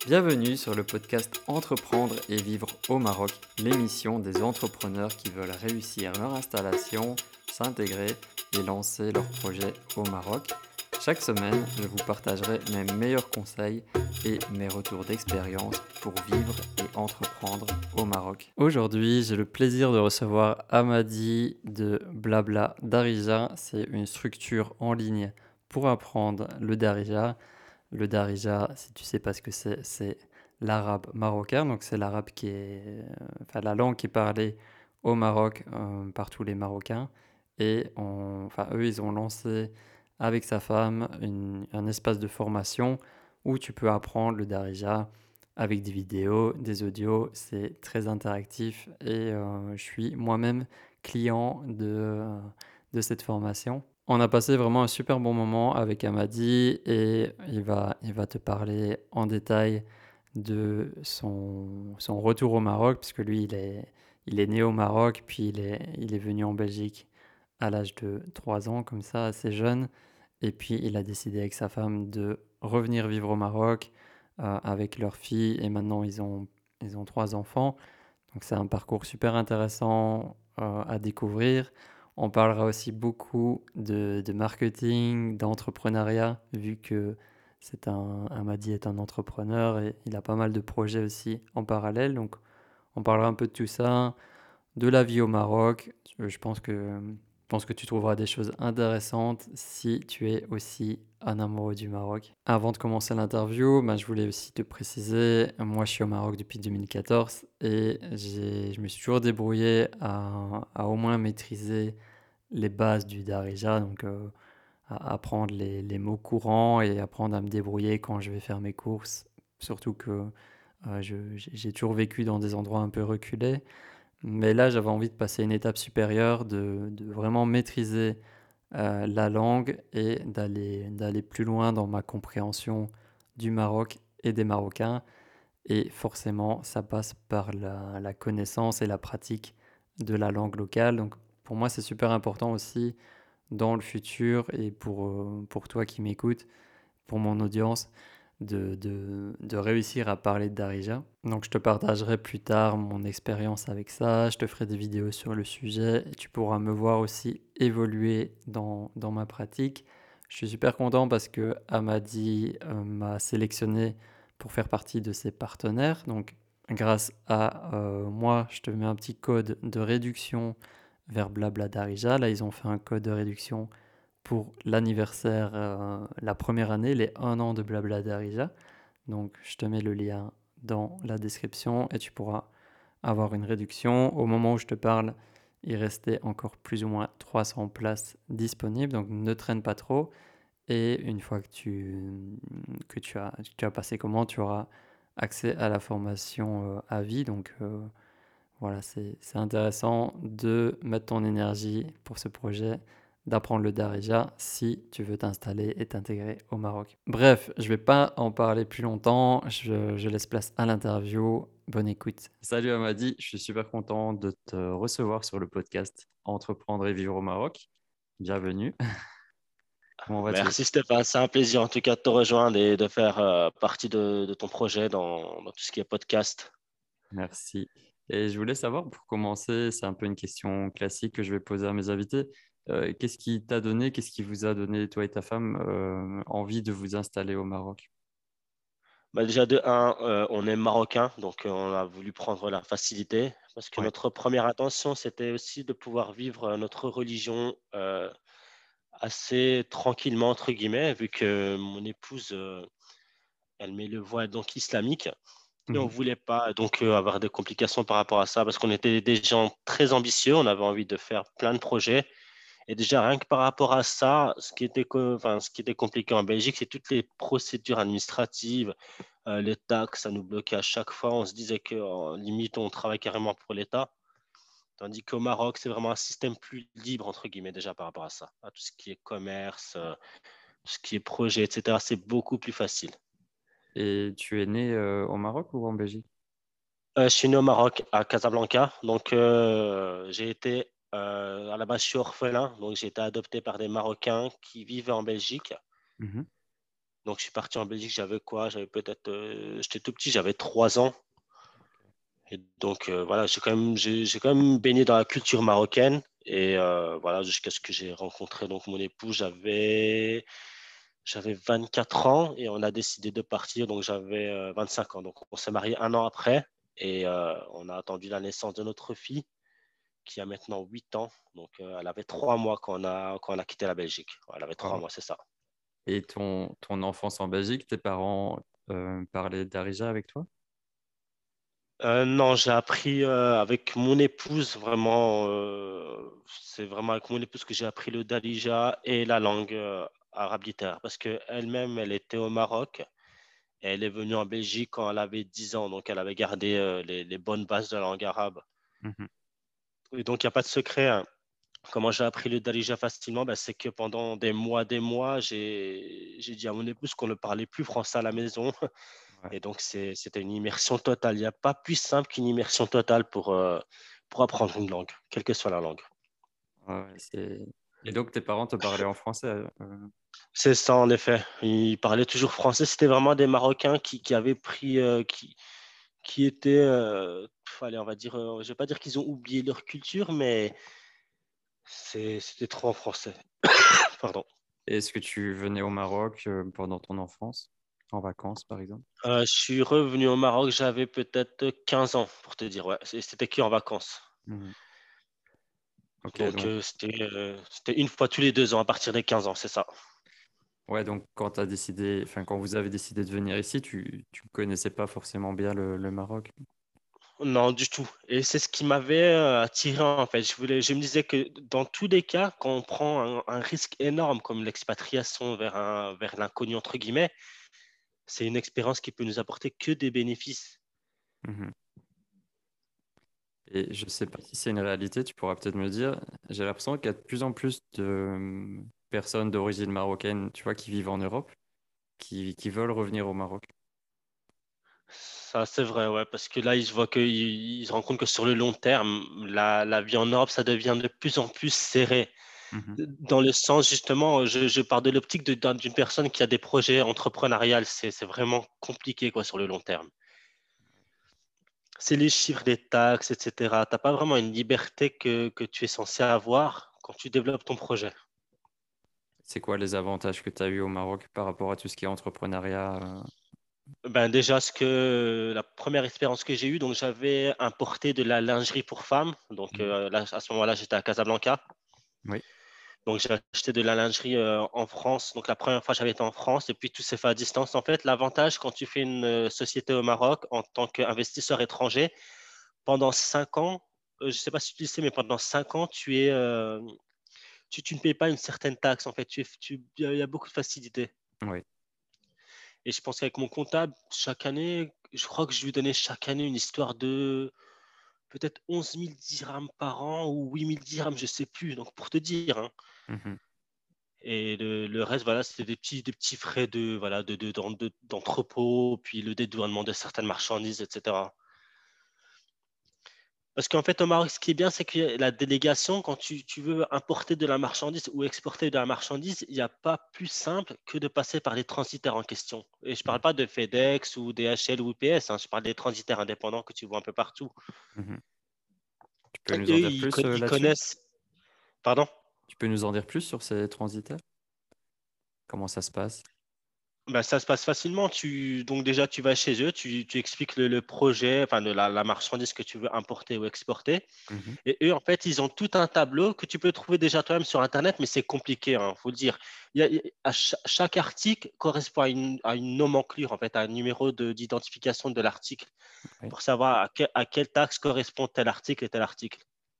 Bienvenue sur le podcast Entreprendre et vivre au Maroc, l'émission des entrepreneurs qui veulent réussir leur installation, s'intégrer et lancer leur projet au Maroc. Chaque semaine, je vous partagerai mes meilleurs conseils et mes retours d'expérience pour vivre et entreprendre au Maroc. Aujourd'hui, j'ai le plaisir de recevoir Amadi de Blabla Darija. C'est une structure en ligne pour apprendre le Darija. Le Darija, si tu sais pas ce que c'est l'arabe marocain. Donc c'est l'arabe qui est, enfin la langue qui est parlée au Maroc par tous les Marocains. Et enfin eux, ils ont lancé avec sa femme un espace de formation où tu peux apprendre le Darija avec des vidéos, des audios. C'est très interactif et je suis moi-même client de cette formation. On a passé vraiment un super bon moment avec Amadi et il va te parler en détail de son retour au Maroc, puisque lui, il est né au Maroc, puis il est venu en Belgique à l'âge de 3 ans, comme ça, assez jeune. Et puis, il a décidé avec sa femme de revenir vivre au Maroc avec leur fille. Et maintenant, ils ont 3 enfants. Donc, c'est un parcours super intéressant à découvrir. On parlera aussi beaucoup de marketing, d'entrepreneuriat, vu que Amadi est un entrepreneur et il a pas mal de projets aussi en parallèle. Donc, on parlera un peu de tout ça, de la vie au Maroc. Je pense que tu trouveras des choses intéressantes si tu es aussi un amoureux du Maroc. Avant de commencer l'interview, je voulais aussi te préciser, moi je suis au Maroc depuis 2014 et je me suis toujours débrouillé à au moins maîtriser les bases du Darija, donc à apprendre les mots courants et apprendre à me débrouiller quand je vais faire mes courses. Surtout que j'ai toujours vécu dans des endroits un peu reculés. Mais là, j'avais envie de passer une étape supérieure, de vraiment maîtriser la langue et d'aller plus loin dans ma compréhension du Maroc et des Marocains. Et forcément, ça passe par la connaissance et la pratique de la langue locale. Donc, pour moi, c'est super important aussi dans le futur et pour toi qui m'écoutes, pour mon audience, de réussir à parler de Darija. Donc je te partagerai plus tard mon expérience avec ça, je te ferai des vidéos sur le sujet et tu pourras me voir aussi évoluer dans ma pratique. Je suis super content parce que Amadi m'a sélectionné pour faire partie de ses partenaires. Donc grâce à moi, je te mets un petit code de réduction vers Blabla Darija. Là, ils ont fait un code de réduction pour l'anniversaire, la première année, les 1 an de Blabla Darija. Donc, je te mets le lien dans la description et tu pourras avoir une réduction. Au moment où je te parle, il restait encore plus ou moins 300 places disponibles, donc ne traîne pas trop. Et une fois que tu as passé commande, tu auras accès à la formation à vie. Donc, voilà, c'est intéressant de mettre ton énergie pour ce projet, d'apprendre le Darija si tu veux t'installer et t'intégrer au Maroc. Bref, je vais pas en parler plus longtemps, je laisse place à l'interview. Bonne écoute. Salut Amadi, je suis super content de te recevoir sur le podcast Entreprendre et vivre au Maroc. Bienvenue. Comment vas-tu? Merci Stéphane, c'est un plaisir en tout cas de te rejoindre et de faire partie de ton projet dans tout ce qui est podcast. Merci. Et je voulais savoir, pour commencer, c'est un peu une question classique que je vais poser à mes invités. Qu'est-ce qui t'a donné, qu'est-ce qui vous a donné, toi et ta femme, envie de vous installer au Maroc? Bah, déjà de un, on est marocain, donc on a voulu prendre la facilité parce que Ouais. notre première intention, c'était aussi de pouvoir vivre notre religion assez tranquillement, entre guillemets, vu que mon épouse, elle met le voile donc islamique. Et on Mhm. voulait pas donc avoir des complications par rapport à ça parce qu'on était des gens très ambitieux, on avait envie de faire plein de projets. Et déjà, rien que par rapport à ça, ce qui était compliqué en Belgique, c'est toutes les procédures administratives, les taxes, ça nous bloquait à chaque fois. On se disait que limite, on travaille carrément pour l'État. Tandis qu'au Maroc, c'est vraiment un système plus libre, entre guillemets, déjà par rapport à ça. À tout ce qui est commerce, tout ce qui est projet, etc. C'est beaucoup plus facile. Et tu es né au Maroc ou en Belgique? Je suis né au Maroc, à Casablanca. Donc, j'ai été, à la base, je suis orphelin. Donc, j'ai été adopté par des Marocains qui vivaient en Belgique. Mhm. Donc, je suis parti en Belgique, j'avais quoi? J'avais peut-être, j'étais tout petit, j'avais 3 ans. Et donc, voilà, j'ai quand même baigné dans la culture marocaine. Et voilà, jusqu'à ce que j'ai rencontré donc mon époux, j'avais 24 ans et on a décidé de partir. Donc, j'avais 25 ans. Donc, on s'est marié un an après et on a attendu la naissance de notre fille qui a maintenant 8 ans. Donc, elle avait 3 mois quand on a quitté la Belgique. Ouais, elle avait trois Wow. mois, c'est ça. Et ton enfance en Belgique, tes parents parlaient d'Arija avec toi? Non, j'ai appris avec mon épouse, vraiment, c'est vraiment avec mon épouse que j'ai appris le Darija et la langue arabe littéraire. Parce qu'elle-même, elle était au Maroc et elle est venue en Belgique quand elle avait 10 ans. Donc, elle avait gardé les bonnes bases de la langue arabe. Mhm. Et donc, il n'y a pas de secret, hein. Comment j'ai appris le Darija facilement? Ben, c'est que pendant des mois, j'ai dit à mon épouse qu'on ne parlait plus français à la maison. Ouais. Et donc, c'était une immersion totale. Il n'y a pas plus simple qu'une immersion totale pour apprendre une langue, quelle que soit la langue. Ouais, Et donc tes parents te parlaient en français? C'est ça, en effet. Ils parlaient toujours français. C'était vraiment des Marocains qui avaient pris, qui étaient, allez, on va dire, je ne vais pas dire qu'ils ont oublié leur culture, mais c'était trop en français. Pardon. Est-ce que tu venais au Maroc pendant ton enfance, en vacances par exemple? Je suis revenu au Maroc, j'avais peut-être 15 ans, pour te dire. Ouais, c'était que en vacances. Mhm. Ok, Donc, donc, c'était une fois tous les 2 ans, à partir des 15 ans, c'est ça. ouais, donc quand t'as décidé, enfin quand vous avez décidé de venir ici, tu connaissais pas forcément bien le Maroc. Non, du tout. Et c'est ce qui m'avait attiré en fait. Je me disais que dans tous les cas, quand on prend un risque énorme comme l'expatriation vers l'inconnu entre guillemets, c'est une expérience qui peut nous apporter que des bénéfices. Mhm. Et je sais pas si c'est une réalité, tu pourras peut-être me dire. J'ai l'impression qu'il y a de plus en plus de personnes d'origine marocaine, tu vois, qui vivent en Europe, qui veulent revenir au Maroc. Ça, c'est vrai, ouais, parce que là, ils voient ils se rendent compte que sur le long terme, la vie en Europe, ça devient de plus en plus serré. Mhm. Dans le sens, justement, je pars de l'optique d'une personne qui a des projets entrepreneuriaux. C'est vraiment compliqué, quoi, sur le long terme. C'est les chiffres des taxes, etc. Tu n'as pas vraiment une liberté que tu es censé avoir quand tu développes ton projet. C'est quoi les avantages que tu as eu au Maroc par rapport à tout ce qui est entrepreneuriat? Ben déjà, la première expérience que j'ai eue, donc j'avais importé de la lingerie pour femmes. Donc Mhm. là, à ce moment-là, j'étais à Casablanca. Oui. Donc j'ai acheté de la lingerie en France. Donc la première fois, j'avais été en France et puis tout s'est fait à distance. En fait, l'avantage quand tu fais une société au Maroc en tant qu'investisseur étranger, pendant 5 ans, je ne sais pas si tu le sais, mais pendant 5 ans, tu ne payes pas une certaine taxe. En fait, il y a beaucoup de facilité. Oui. Et je pense qu'avec mon comptable, chaque année, je crois que je lui donnais chaque année une histoire de peut-être 11 000 dirhams par an ou 8 000 dirhams, je ne sais plus. Donc, pour te dire, hein. Mhm. Et le reste, voilà, c'était des petits frais voilà, d'entrepôt, puis le dédouanement de certaines marchandises, etc. Parce qu'en fait, au Maroc, ce qui est bien, c'est que la délégation, quand tu veux importer de la marchandise ou exporter de la marchandise, il n'y a pas plus simple que de passer par les transitaires en question. Et je ne parle pas de FedEx ou DHL ou UPS, hein, je parle des transitaires indépendants que tu vois un peu partout. Mhm. Tu peux Et nous en eux, dire plus ils là-dessus? connaissent. Pardon? Tu peux nous en dire plus sur ces transitaires? Comment ça se passe? Ben, ça se passe facilement. Donc déjà, tu vas chez eux, tu expliques le projet, enfin la marchandise que tu veux importer ou exporter. Mhm. Et eux, en fait, ils ont tout un tableau que tu peux trouver déjà toi-même sur Internet, mais c'est compliqué, il faut le dire. Chaque article correspond à une nomenclature, en fait, à un numéro d'identification de l'article, Oui. pour savoir à quelle taxe correspond tel article et tel article.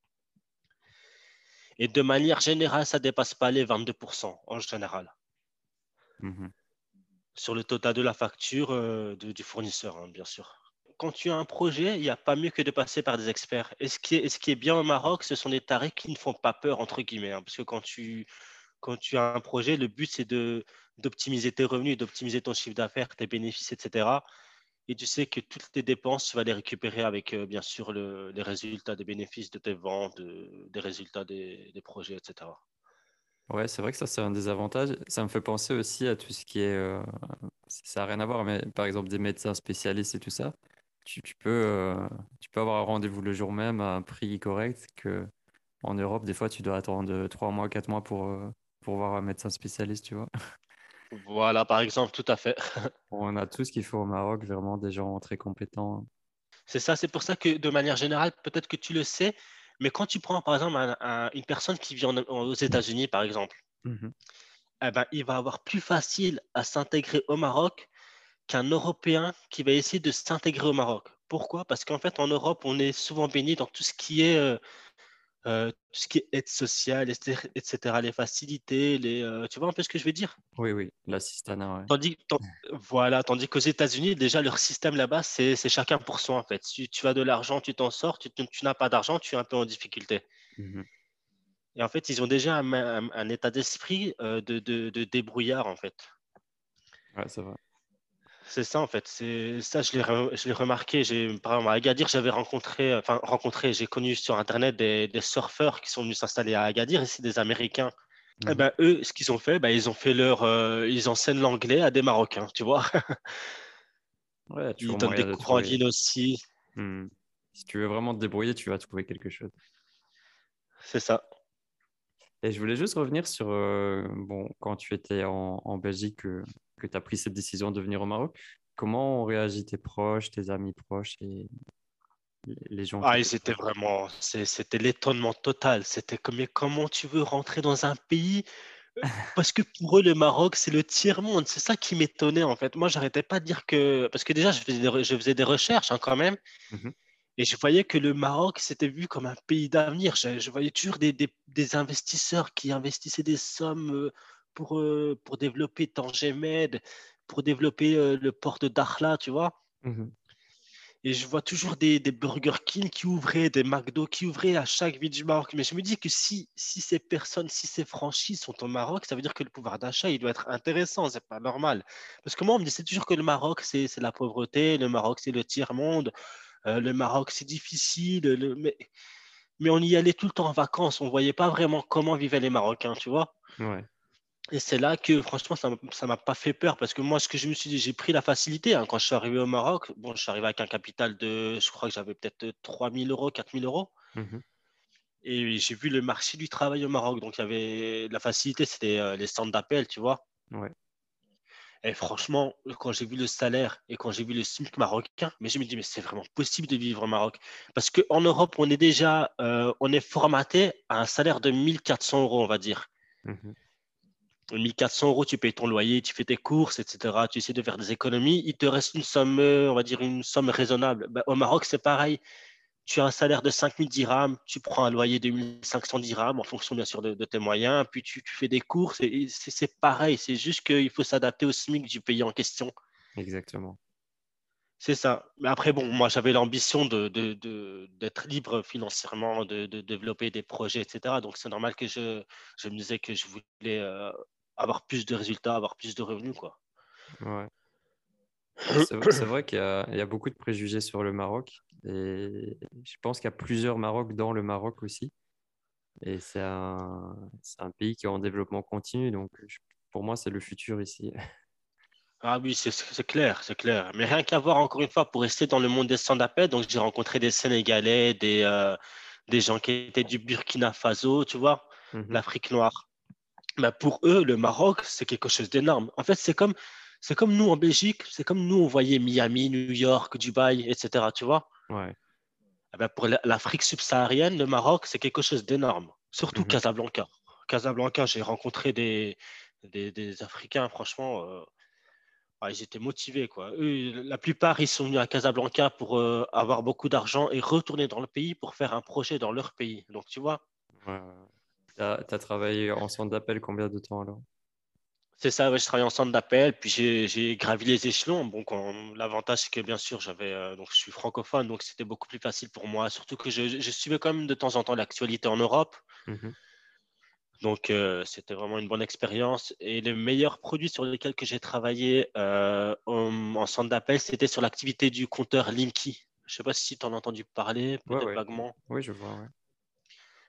Et de manière générale, ça ne dépasse pas les 22% en général, Mhm. sur le total de la facture du fournisseur, hein, bien sûr. Quand tu as un projet, il n'y a pas mieux que de passer par des experts. Et ce qui est bien au Maroc, ce sont des tarifs qui ne font pas peur, entre guillemets, hein, parce que quand tu as un projet, le but, c'est d'optimiser tes revenus, d'optimiser ton chiffre d'affaires, tes bénéfices, etc. Et tu sais que toutes tes dépenses, tu vas les récupérer avec, bien sûr, les résultats des bénéfices de tes ventes, des résultats des projets, etc. Ouais, c'est vrai que ça, c'est un des avantages. Ça me fait penser aussi à tout ce qui est, ça n'a rien à voir, mais par exemple des médecins spécialistes et tout ça. Tu peux avoir un rendez-vous le jour même à un prix correct que en Europe, des fois, tu dois attendre 3 mois, 4 mois pour voir un médecin spécialiste, tu vois. Voilà, par exemple, tout à fait. On a tout ce qu'il faut au Maroc, vraiment des gens très compétents. C'est ça, c'est pour ça que de manière générale, peut-être que tu le sais, mais quand tu prends par exemple une personne qui vit aux États-Unis, par exemple, Mhm. eh ben, il va avoir plus facile à s'intégrer au Maroc qu'un Européen qui va essayer de s'intégrer au Maroc. Pourquoi? Parce qu'en fait, en Europe, on est souvent baigné dans tout ce qui est aide sociale, etc., les facilités, tu vois un peu ce que je veux dire? Oui, oui, l'assistanat, ouais. Voilà, tandis qu'aux États-Unis, déjà, leur système là-bas, c'est chacun pour soi, en fait. Si tu as de l'argent, tu t'en sors. Tu n'as pas d'argent, tu es un peu en difficulté. Mhm. Et en fait, ils ont déjà un état d'esprit de débrouillard, en fait. Ouais, c'est vrai. C'est ça, en fait. C'est ça, je l'ai remarqué. Par exemple, à Agadir, j'avais j'ai connu sur Internet des surfeurs qui sont venus s'installer à Agadir, ici des Américains. Eh Mhm. ben, eux, ce qu'ils ont fait, ben, ils enseignent l'anglais à des Marocains, tu vois. Ouais, il y a Ils toujours donnent des moyen de cours en trouver. ligne aussi. Mhm. Si tu veux vraiment te débrouiller, tu vas trouver quelque chose. C'est ça. Et je voulais juste revenir sur, bon, quand tu étais en Belgique, que tu as pris cette décision de venir au Maroc, comment ont réagi tes proches, tes amis proches et les gens qui Ah, t'entourent? c'était l'étonnement total. C'était comme, mais comment tu veux rentrer dans un pays? Parce que pour eux, le Maroc, c'est le tiers-monde. C'est ça qui m'étonnait, en fait. Moi, j'arrêtais pas de dire que. Parce que déjà, je faisais des recherches hein, quand même. Mhm. Et je voyais que le Maroc, c'était vu comme un pays d'avenir. Je voyais toujours des investisseurs qui investissaient des sommes pour développer Tangemed, pour développer le port de Dakhla, tu vois. Mhm. Et je vois toujours des Burger King qui ouvraient, des McDo qui ouvraient à chaque ville du Maroc. Mais je me dis que si ces personnes, si ces franchises sont au Maroc, ça veut dire que le pouvoir d'achat, il doit être intéressant. C'est pas normal. Parce que moi, on me disait toujours que le Maroc, c'est la pauvreté. Le Maroc, c'est le tiers-monde. Le Maroc, c'est difficile. Mais on y allait tout le temps en vacances. On voyait pas vraiment comment vivaient les Marocains, tu vois. Ouais. Et c'est là que, franchement, ça m'a pas fait peur parce que moi, ce que je me suis dit, j'ai pris la facilité hein, quand je suis arrivé au Maroc. Bon, je suis arrivé avec un capital je crois que j'avais peut-être 3 000 euros, 4 000 euros. Mhm. Et j'ai vu le marché du travail au Maroc. Donc, il y avait la facilité, c'était les centres d'appel, tu vois. Ouais. Et franchement, quand j'ai vu le salaire et quand j'ai vu le SMIC marocain, mais je me dis, mais c'est vraiment possible de vivre au Maroc. Parce qu'en Europe, on est formaté à un salaire de 1 400 euros, on va dire. Mhm. 1 400 euros, tu payes ton loyer, tu fais tes courses, etc. Tu essaies de faire des économies. Il te reste une somme, on va dire une somme raisonnable. Ben, au Maroc, c'est pareil. Tu as un salaire de 5 000 dirhams, tu prends un loyer de 1 500 dirhams en fonction bien sûr de tes moyens, puis tu fais des courses. Et c'est pareil, c'est juste qu'il faut s'adapter au SMIC du pays en question. Exactement. C'est ça. Mais après, bon, moi, j'avais l'ambition d'être libre financièrement, de développer des projets, etc. Donc, c'est normal que je me disais que je voulais avoir plus de résultats, avoir plus de revenus, quoi. Ouais. C'est vrai qu'il y a beaucoup de préjugés sur le Maroc et je pense qu'il y a plusieurs Maroc dans le Maroc aussi. Et c'est un pays qui est en développement continu, donc pour moi, c'est le futur ici. Ah oui, c'est clair, c'est clair. Mais rien qu'à voir, encore une fois, pour rester dans le monde des stand-up, donc j'ai rencontré des Sénégalais, des gens qui étaient du Burkina Faso, tu vois, Mhm. l'Afrique noire. Ben, pour eux, le Maroc, c'est quelque chose d'énorme. En fait, c'est comme nous en Belgique, c'est comme nous, on voyait Miami, New York, Dubaï, etc., tu vois. Ouais. Eh ben, pour l'Afrique subsaharienne, le Maroc, c'est quelque chose d'énorme. Surtout Mhm. Casablanca. Casablanca, j'ai rencontré des Africains, franchement. Ah, ils étaient motivés, quoi. Eux, la plupart, ils sont venus à Casablanca pour avoir beaucoup d'argent et retourner dans le pays pour faire un projet dans leur pays. Donc, tu vois, Ouais, ouais. T'as travaillé en centre d'appel combien de temps alors? c'est ça, ouais, je travaillais en centre d'appel, puis j'ai gravi les échelons. Bon, l'avantage, c'est que bien sûr, donc je suis francophone, donc c'était beaucoup plus facile pour moi. Surtout que je suivais quand même de temps en temps l'actualité en Europe. Mhm. Donc, c'était vraiment une bonne expérience. Et les meilleurs produits sur lesquels que j'ai travaillé en centre d'appel, c'était sur l'activité du compteur Linky. Je ne sais pas si tu en as entendu parler, Ouais, peut-être ouais. vaguement. Oui, je vois, ouais.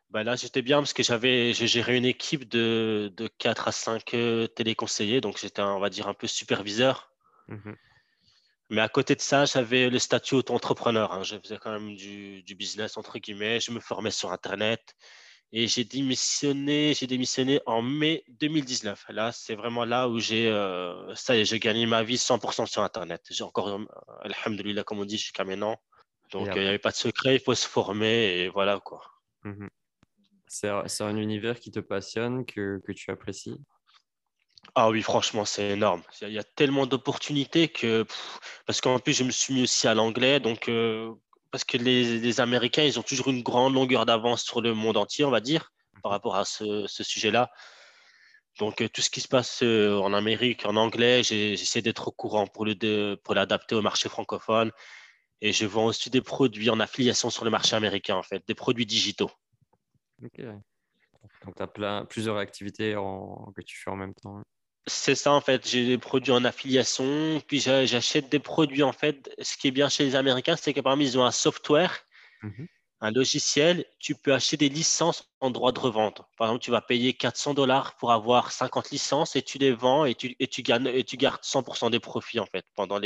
Bah là, j'étais bien parce que j'ai géré une équipe de 4 à 5 téléconseillers, donc j'étais, on va dire, un peu superviseur. Mhm. Mais à côté de ça, j'avais le statut auto-entrepreneur, hein. Je faisais quand même du business, entre guillemets. Je me formais sur Internet et j'ai démissionné en mai 2019. Là, c'est vraiment là où ça y est, j'ai gagné ma vie 100% sur Internet. J'ai encore, alhamdoulilah, comme on dit, jusqu'à maintenant. Et Donc, il n'y après. avait pas de secret, il faut se former et voilà quoi. Mhm. C'est un univers qui te passionne, que tu apprécies. Ah oui, franchement, c'est énorme. Il y a tellement d'opportunités parce qu'en plus, je me suis mis aussi à l'anglais. Donc, parce que les Américains, ils ont toujours une grande longueur d'avance sur le monde entier, on va dire, par Mhm. rapport à ce sujet-là. Donc, tout ce qui se passe en Amérique, en anglais, j'essaie d'être au courant pour l'adapter au marché francophone. Et je vends aussi des produits en affiliation sur le marché américain, en fait, des produits digitaux. Ok. Donc, tu as plusieurs activités que tu fais en même temps. C'est ça, en fait. J'ai des produits en affiliation, puis j'achète des produits, en fait. Ce qui est bien chez les Américains, c'est que parmi ils ont un software, Mhm. un logiciel. Tu peux acheter des licences en droit de revente. Par exemple, tu vas payer $400 pour avoir 50 licences et tu les vends et tu gardes 100% des profits, en fait,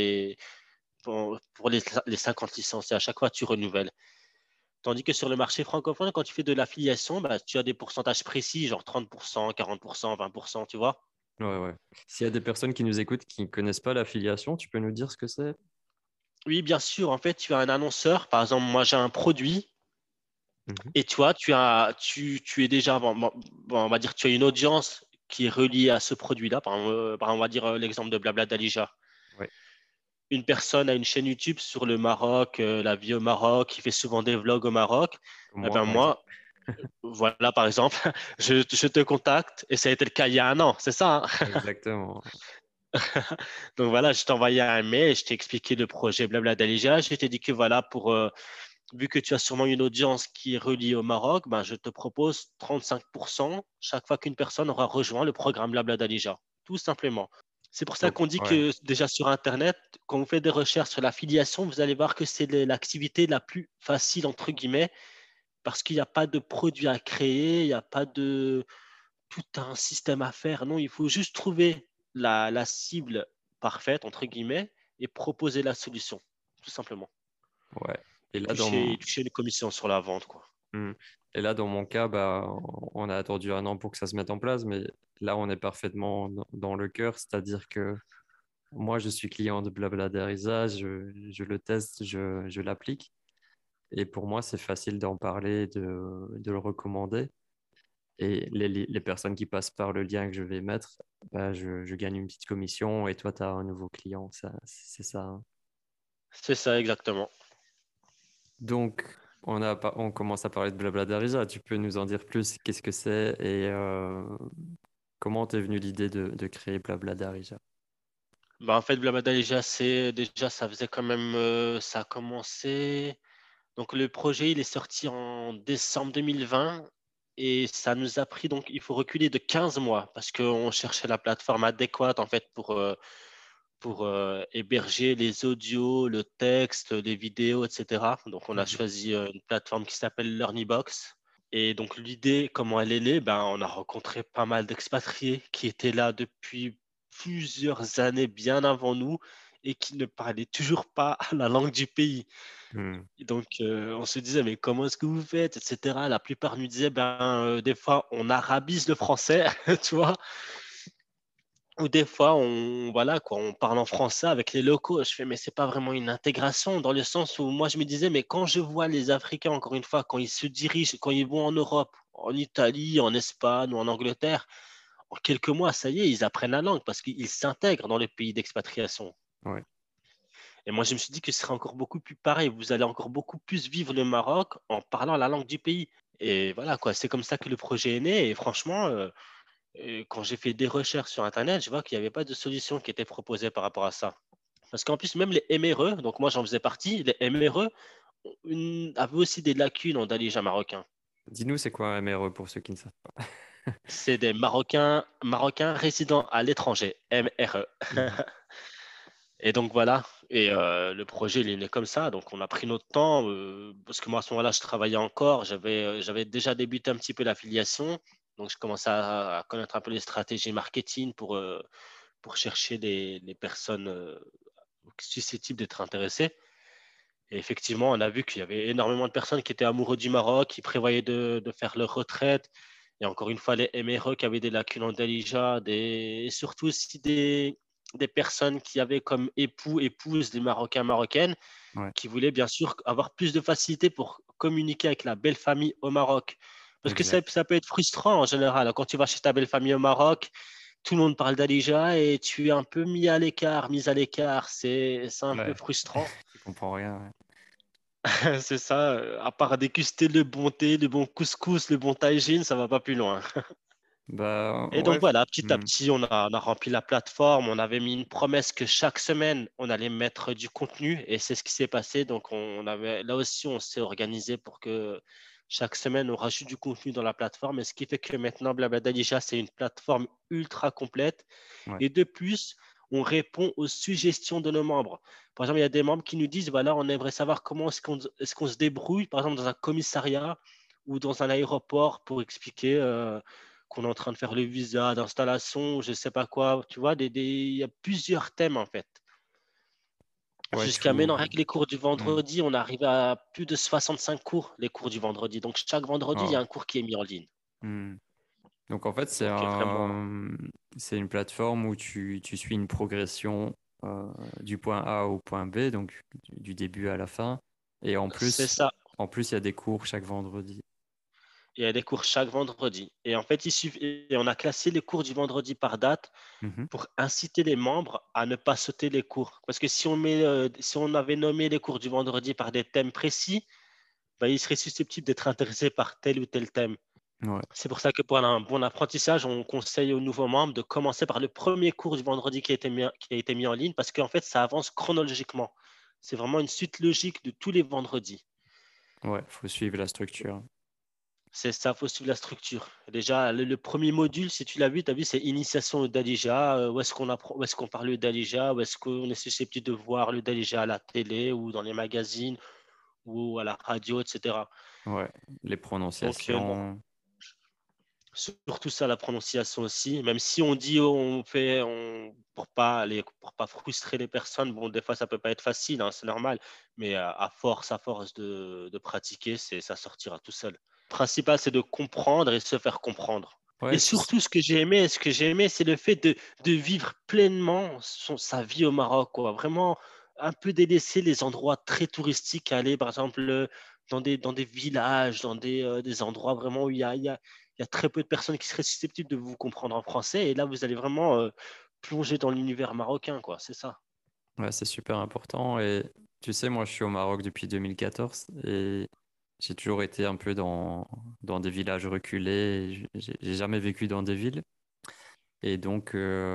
pour les 50 licences. Et à chaque fois, tu renouvelles. Tandis que sur le marché francophone, quand tu fais de l'affiliation, bah, tu as des pourcentages précis, genre 30%, 40%, 20%, tu vois. Ouais, ouais. S'il y a des personnes qui nous écoutent qui ne connaissent pas l'affiliation, tu peux nous dire ce que c'est? Oui, bien sûr. En fait, tu as un annonceur. Par exemple, moi, j'ai un produit Mhm. et toi, tu es déjà, on va dire, tu as une audience qui est reliée à ce produit-là. On va dire l'exemple de Blabla d'Alija. Ouais. Une personne a une chaîne YouTube sur le Maroc, la vie au Maroc, qui fait souvent des vlogs au Maroc. Comme Eh moi, ben par exemple. moi, voilà, par exemple, je te contacte et ça a été le cas il y a un an, c'est ça, hein. Exactement. Donc voilà, je t'ai envoyé un mail, je t'ai expliqué le projet Blabla d'Alija. Je t'ai dit que voilà, vu que tu as sûrement une audience qui est reliée au Maroc, ben, je te propose 35% chaque fois qu'une personne aura rejoint le programme Blabla d'Alija. Tout simplement. C'est pour ça Donc, qu'on dit ouais. que déjà sur Internet, quand vous faites des recherches sur l'affiliation, vous allez voir que c'est l'activité la plus facile, entre guillemets, parce qu'il n'y a pas de produit à créer, il n'y a pas de tout un système à faire. Non, il faut juste trouver la cible parfaite, entre guillemets, et proposer la solution, tout simplement. Ouais. Et Et là, toucher une commission sur la vente, quoi. Hmm. Et là, dans mon cas, bah, on a attendu un an pour que ça se mette en place, mais là, on est parfaitement dans le cœur, c'est-à-dire que moi, je suis client de Blabladerisa, je le teste, je l'applique. Et pour moi, c'est facile d'en parler, de le recommander. Et les personnes qui passent par le lien que je vais mettre, bah, je gagne une petite commission et toi, tu as un nouveau client. C'est ça, hein. C'est ça, exactement. Donc, on commence à parler de Blabladerisa. Tu peux nous en dire plus? Qu'est-ce que c'est et comment t'es venue l'idée de créer Blabladerisa? Bah, en fait, Blabla déjà, ça faisait quand même, ça a commencé. Donc, le projet, il est sorti en décembre 2020 et ça nous a pris, donc, il faut reculer de 15 mois parce qu'on cherchait la plateforme adéquate, en fait, pour héberger les audios, le texte, les vidéos, etc. Donc, on a Mhm. choisi une plateforme qui s'appelle Learnybox. Et donc, l'idée, comment elle est née, ben, on a rencontré pas mal d'expatriés qui étaient là depuis plusieurs années, bien avant nous, et qui ne parlaient toujours pas la langue du pays. Hmm. Et donc, on se disait, mais comment est-ce que vous faites, etc. La plupart nous disaient, des fois, on arabise le français, tu vois. Ou des fois, voilà, quoi, on parle en français avec les locaux. Je fais, mais c'est pas vraiment une intégration dans le sens où moi, je me disais, mais quand je vois les Africains, encore une fois, quand ils se dirigent, quand ils vont en Europe, en Italie, en Espagne ou en Angleterre, en quelques mois, ça y est, ils apprennent la langue parce qu'ils s'intègrent dans les pays d'expatriation. Ouais. Et moi, je me suis dit que ce serait encore beaucoup plus pareil. Vous allez encore beaucoup plus vivre le Maroc en parlant la langue du pays. Et voilà, quoi, c'est comme ça que le projet est né. Et franchement, quand j'ai fait des recherches sur Internet, je vois qu'il n'y avait pas de solution qui était proposée par rapport à ça. Parce qu'en plus, même les MRE, donc moi j'en faisais partie, les MRE avaient aussi des lacunes en Dalija marocain. Dis-nous, c'est quoi un MRE pour ceux qui ne savent pas? C'est des Marocains résidant à l'étranger, MRE. Mhm. Et donc voilà. Et le projet, il est né comme ça. Donc, on a pris notre temps parce que moi, à ce moment-là, je travaillais encore. J'avais déjà débuté un petit peu l'affiliation. Donc, je commençais à connaître un peu les stratégies marketing pour chercher les personnes susceptibles d'être intéressées. Et effectivement, on a vu qu'il y avait énormément de personnes qui étaient amoureux du Maroc, qui prévoyaient de faire leur retraite. Et encore une fois, les MRE qui avaient des lacunes en Dalija, et surtout aussi des personnes qui avaient comme époux, épouses des Marocains, Marocaines, Ouais, qui voulaient bien sûr avoir plus de facilité pour communiquer avec la belle famille au Maroc. Parce que exact. ça peut être frustrant en général. Quand tu vas chez ta belle famille au Maroc, tout le monde parle d'Alija et tu es un peu mis à l'écart, mise à l'écart. C'est un peu Ouais, frustrant. tu comprends rien. Ouais. C'est ça, à part déguster le bon thé, le bon couscous, le bon tagine, ça va pas plus loin. Bah, Et ouais. donc voilà, petit à Hmm, petit, on a rempli la plateforme, on avait mis une promesse que chaque semaine, on allait mettre du contenu et c'est ce qui s'est passé. Donc on avait, là aussi, on s'est organisé pour que chaque semaine, on rajoute du contenu dans la plateforme. Et ce qui fait que maintenant, Blabla c'est une plateforme ultra complète. ouais, Et de plus, on répond aux suggestions de nos membres. Par exemple, il y a des membres qui nous disent, voilà, on aimerait savoir comment est-ce qu'on se débrouille, par exemple, dans un commissariat ou dans un aéroport pour expliquer qu'on est en train de faire le visa d'installation, je ne sais pas quoi. Tu vois, il y a plusieurs thèmes, en fait. ouais, Jusqu'à maintenant, tout. avec les cours du Hmm, vendredi, on arrive à plus de 65 cours, les cours du vendredi. Donc, chaque vendredi, il y a wow. un cours qui est mis en ligne. Hmm. Donc en fait, Donc, vraiment, c'est une plateforme où tu suis une progression du point A au point B, donc du début à la fin. Et c'est ça. en plus, il y a des cours chaque vendredi. Il y a des cours chaque vendredi. Et en fait, et on a classé les cours du vendredi par date Mhm. pour inciter les membres à ne pas sauter les cours. Parce que si on avait nommé les cours du vendredi par des thèmes précis, ben, ils seraient susceptibles d'être intéressés par tel ou tel thème. Ouais, C'est pour ça que pour un bon apprentissage, on conseille aux nouveaux membres de commencer par le premier cours du vendredi qui a été mis en ligne parce qu'en fait, ça avance chronologiquement. C'est vraiment une suite logique de tous les vendredis. ouais, faut suivre la structure. C'est ça, faut suivre la structure. Déjà, le premier module, si tu l'as vu, tu as vu, c'est initiation au Dalija. Où est-ce qu'on apprend, où est-ce qu'on parle le Dalija, où est-ce qu'on est susceptible de voir le Dalija à la télé ou dans les magazines ou à la radio, etc. Ouais, les Donc, non, prononciations. surtout ça, la prononciation aussi. Même si on dit, pour pas frustrer les personnes, bon, des fois, ça peut pas être facile, hein, c'est normal. Mais à force de pratiquer, ça sortira tout seul. Le principal, c'est de comprendre et se faire comprendre. Et Ouais, surtout, ce que j'ai aimé, c'est le fait de vivre pleinement sa vie au Maroc, quoi. Vraiment, un peu délaisser les endroits très touristiques, aller, par exemple, dans des villages, dans des endroits vraiment où il y a très peu de personnes qui seraient susceptibles de vous comprendre en français. Et là, vous allez vraiment plonger dans l'univers marocain, quoi. C'est ça. ouais, c'est super important. Et tu sais, moi, je suis au Maroc depuis 2014 et j'ai toujours été un peu dans des villages reculés. J'ai jamais vécu dans des villes. Et donc,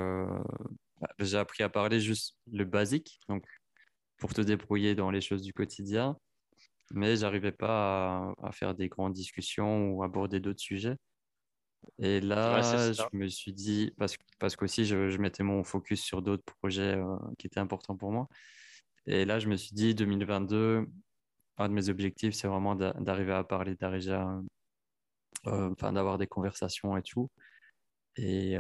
j'ai appris à parler juste le basique, donc pour te débrouiller dans les choses du quotidien, mais j'arrivais pas à faire des grandes discussions ou aborder d'autres sujets. Et Ouais, c'est là, je ça. me suis dit, parce qu'aussi je mettais mon focus sur d'autres projets qui étaient importants pour moi. Et là, je me suis dit, 2022, un de mes objectifs, c'est vraiment d'arriver à parler d'Arija, enfin d'avoir des conversations et tout. Et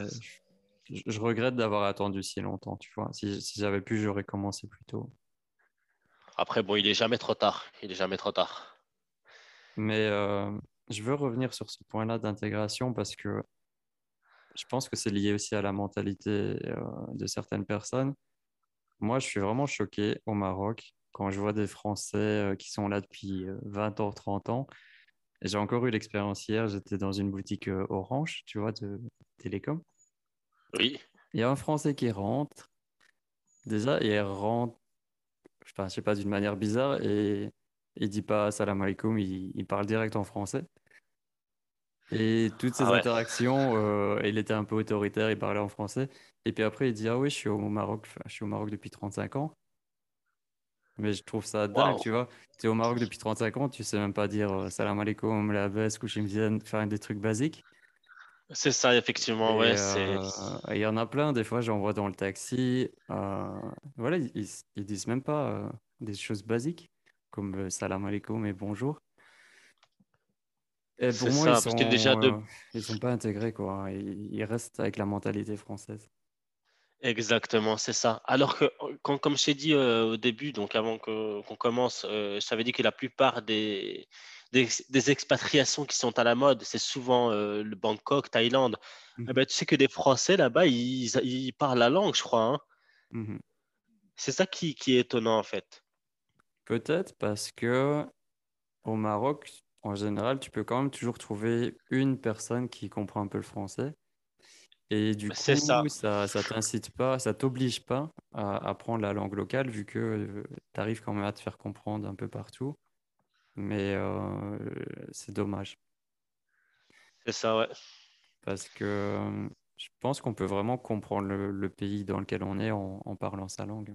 je regrette d'avoir attendu si longtemps, tu vois. Si j'avais pu, j'aurais commencé plus tôt. Après, bon, il est jamais trop tard. Il est jamais trop tard. Mais je veux revenir sur ce point-là d'intégration parce que je pense que c'est lié aussi à la mentalité de certaines personnes. Moi, je suis vraiment choqué au Maroc quand je vois des Français qui sont là depuis 20 ans, 30 ans. Et j'ai encore eu l'expérience hier, j'étais dans une boutique Orange, tu vois, de télécom. Oui. Il y a un Français qui rentre, déjà, et il rentre, enfin, je sais pas, d'une manière bizarre, et il dit pas salam alaikum, il parle direct en français. Et toutes ces Ah ouais. interactions, il était un peu autoritaire, il parlait en français. Et puis après, il dit, ah oui, je suis au Maroc, enfin, je suis au Maroc depuis 35 ans. Mais je trouve ça dingue, Waouh. tu vois. Tu es au Maroc depuis 35 ans, tu sais même pas dire salam alaikum, la veste, kouchim dian, faire des trucs basiques. C'est ça, effectivement, Et ouais, c'est il y en a plein, des fois j'en vois dans le taxi. Voilà, ils disent même pas des choses basiques comme salam alaikum et bonjour. Et pour c'est moi, ça, parce que déjà de ils sont pas intégrés, quoi. Ils restent avec la mentalité française. exactement, c'est ça. Alors que comme je t'ai dit au début, donc avant que qu'on commence, je t'avais dit que la plupart des expatriations qui sont à la mode, c'est souvent le Bangkok, Thaïlande. Eh Mhm. ben, tu sais que des Français là-bas, ils parlent la langue, je crois, hein. Mhm. C'est ça qui est étonnant en fait. Peut-être parce que au Maroc, en général, tu peux quand même toujours trouver une personne qui comprend un peu le français. Et du C'est ça, coup, ça t'incite pas, ça t'oblige pas à apprendre la langue locale vu que tu arrives quand même à te faire comprendre un peu partout. Mais c'est dommage c'est ça, ouais. parce que je pense qu'on peut vraiment comprendre le pays dans lequel on est en parlant sa langue.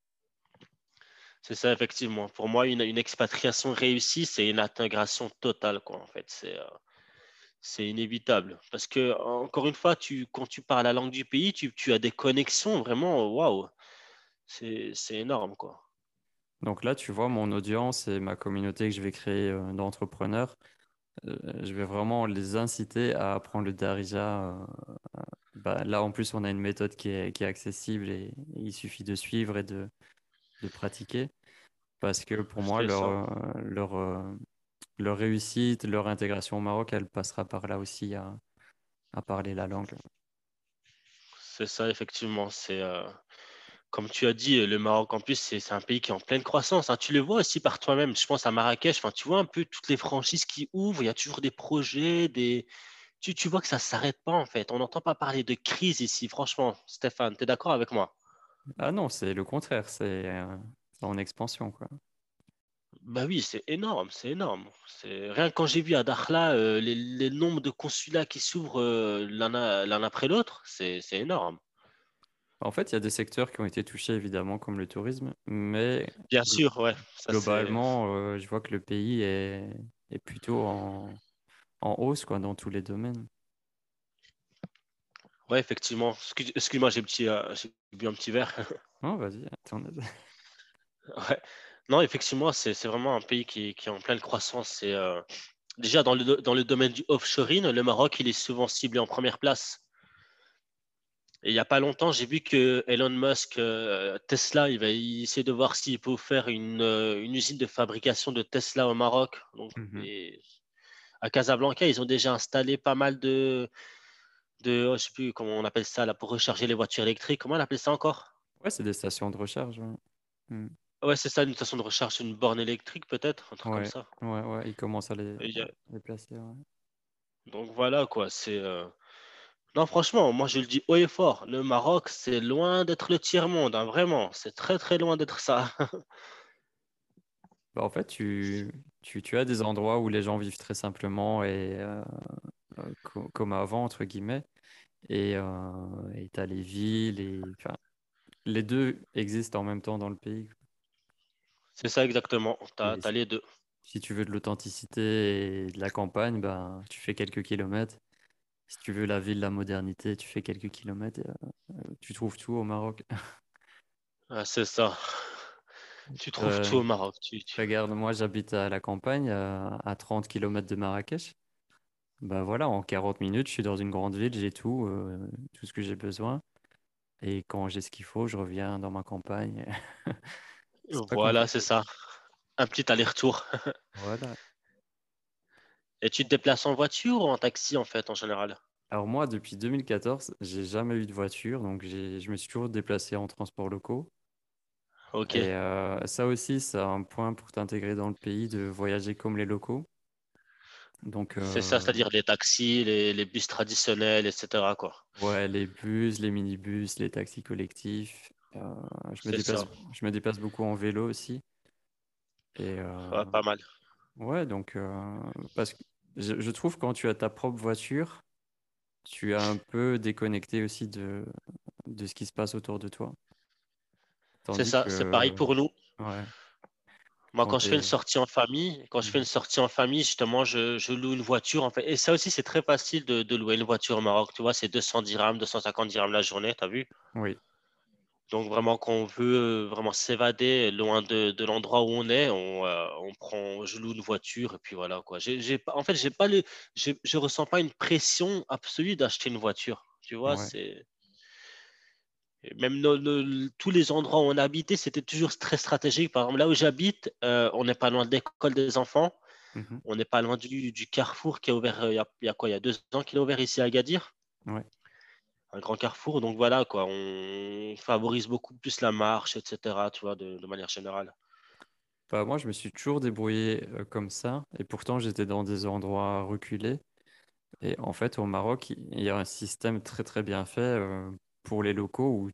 C'est ça, effectivement. Pour moi, une expatriation réussie, c'est une intégration totale, quoi, en fait. C'est inévitable. Parce que, encore une fois, quand tu parles la langue du pays, tu as des connexions vraiment, waouh, c'est énorme, quoi. Donc là, tu vois, mon audience et ma communauté que je vais créer d'entrepreneurs, je vais vraiment les inciter à apprendre le Darija. Bah, là, en plus, on a une méthode qui est accessible et il suffit de suivre et de pratiquer. Parce que pour moi, C'est ça. leur réussite, leur intégration au Maroc, elle passera par là aussi à parler la langue. C'est ça, effectivement. Comme tu as dit, le Maroc, en plus, c'est un pays qui est en pleine croissance, hein. Tu le vois aussi par toi-même. Je pense à Marrakech. Enfin, tu vois un peu toutes les franchises qui ouvrent. Il y a toujours des projets, tu vois que ça s'arrête pas, en fait. On n'entend pas parler de crise ici, franchement. Stéphane, tu es d'accord avec moi? Ah non, c'est le contraire, c'est en expansion, quoi. Bah oui, c'est énorme, c'est énorme. Rien que quand j'ai vu à Dakhla les nombres de consulats qui s'ouvrent l'un après l'autre, c'est énorme. En fait, il y a des secteurs qui ont été touchés, évidemment, comme le tourisme, mais Bien glo- sûr, ouais, ça c'est. globalement, je vois que le pays est plutôt en hausse, quoi, dans tous les domaines. Ouais, effectivement. Excuse-moi, j'ai bu un petit verre. Non, vas-y, attends. Ouais. Non, effectivement, c'est vraiment un pays qui est en pleine croissance. Déjà dans le domaine du offshoring, le Maroc, il est souvent ciblé en première place. Et il n'y a pas longtemps, j'ai vu que Elon Musk, Tesla, il va essayer de voir s'il peut faire une usine de fabrication de Tesla au Maroc. Donc, Mhm. et à Casablanca, ils ont déjà installé pas mal oh, je sais plus comment on appelle ça là pour recharger les voitures électriques. Comment on appelle ça encore? Ouais, c'est des stations de recharge. Ouais. Mm. Ouais, c'est ça, une station de recharge, une borne électrique peut-être, un truc comme Ouais, ça. ouais, ils commencent Et il y a- les placer. Ouais. Donc voilà quoi, non, franchement, moi je le dis haut et fort, le Maroc, c'est loin d'être le tiers-monde, hein, vraiment, c'est très très loin d'être ça. Bah, en fait, tu as des endroits où les gens vivent très simplement et comme avant, entre guillemets, et tu as les villes, enfin, les deux existent en même temps dans le pays. C'est ça exactement, Et t'as les deux. si tu veux de l'authenticité et de la campagne, ben, tu fais quelques kilomètres. Si tu veux la ville, la modernité, tu fais quelques kilomètres. Tu trouves tout au Maroc. Ah, c'est ça. Tu trouves Euh, tout au Maroc. Regarde, moi j'habite à la campagne, à 30 kilomètres de Marrakech. Bah voilà, en 40 minutes, je suis dans une grande ville, j'ai tout ce que j'ai besoin. Et quand j'ai ce qu'il faut, je reviens dans ma campagne. C'est pas Voilà, c'est compliqué. ça. Un petit aller-retour. Voilà. Et tu te déplaces en voiture ou en taxi en fait, en général? Alors moi, depuis 2014, j'ai jamais eu de voiture, donc je me suis toujours déplacé en transport locaux. Ok. Et ça aussi, c'est un point pour t'intégrer dans le pays, de voyager comme les locaux. Donc, C'est ça, c'est-à-dire les taxis, les bus traditionnels, etc. quoi. ouais, les bus, les minibus, les taxis collectifs. C'est ça. Je me déplace beaucoup en vélo aussi. Et Ouais, pas mal. ouais, donc, parce que je trouve quand tu as ta propre voiture, tu es un peu déconnecté aussi de ce qui se passe autour de toi. C'est Tandis ça, c'est pareil que, pour nous. ouais. Moi, quand quand je fais une t'es... sortie en famille, Mhm. justement, je loue une voiture, en fait. Et ça aussi, c'est très facile de louer une voiture au Maroc. Tu vois, c'est 200 dirhams, 250 dirhams la journée, t'as vu? Oui. Donc, vraiment, quand on veut vraiment s'évader loin de l'endroit où on est, je loue une voiture et puis voilà, quoi. En fait, je ressens pas une pression absolue d'acheter une voiture. Tu vois, Ouais. et même tous les endroits où on habitait, c'était toujours très stratégique. Par exemple, là où j'habite, on n'est pas loin de l'école des enfants. Mhm. On n'est pas loin du Carrefour qui a ouvert il y a quoi? Il y a 2 ans qu'il a ouvert ici à Agadir, Ouais. un grand Carrefour. Donc voilà, quoi, on favorise beaucoup plus la marche, etc. Tu vois, de manière générale. Bah, moi, je me suis toujours débrouillé comme ça, et pourtant j'étais dans des endroits reculés. Et en fait, au Maroc, il y a un système très très bien fait pour les locaux où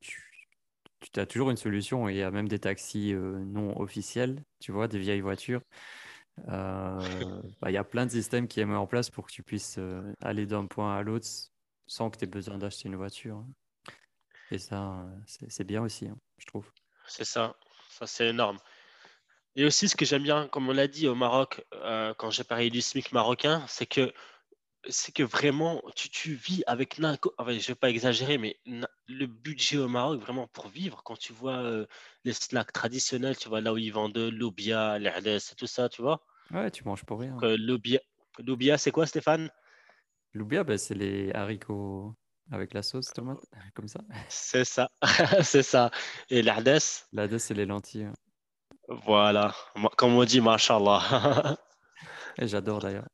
tu as toujours une solution. Et il y a même des taxis non officiels, tu vois, des vieilles voitures. Bah, il y a plein de systèmes qui est mis en place pour que tu puisses aller d'un point à l'autre sans que tu aies besoin d'acheter une voiture, hein. Et ça, c'est bien aussi, hein, je trouve. C'est ça c'est énorme. Et aussi, ce que j'aime bien, comme on l'a dit au Maroc, quand j'ai parlé du SMIC marocain, c'est que vraiment, tu vis avec, enfin, je vais pas exagérer, mais le budget au Maroc, vraiment pour vivre, quand tu vois les snacks traditionnels, tu vois là où ils vendent l'oubia, l'erles et tout ça, tu vois. Ouais, tu manges pour rien. Donc, l'oubia, c'est quoi, Stéphane? L'oubia, bah, c'est les haricots avec la sauce tomate, comme ça. C'est ça, c'est ça. Et l'erles, La deux, c'est les lentilles, hein. voilà. Comme on dit, mashallah. Et j'adore d'ailleurs.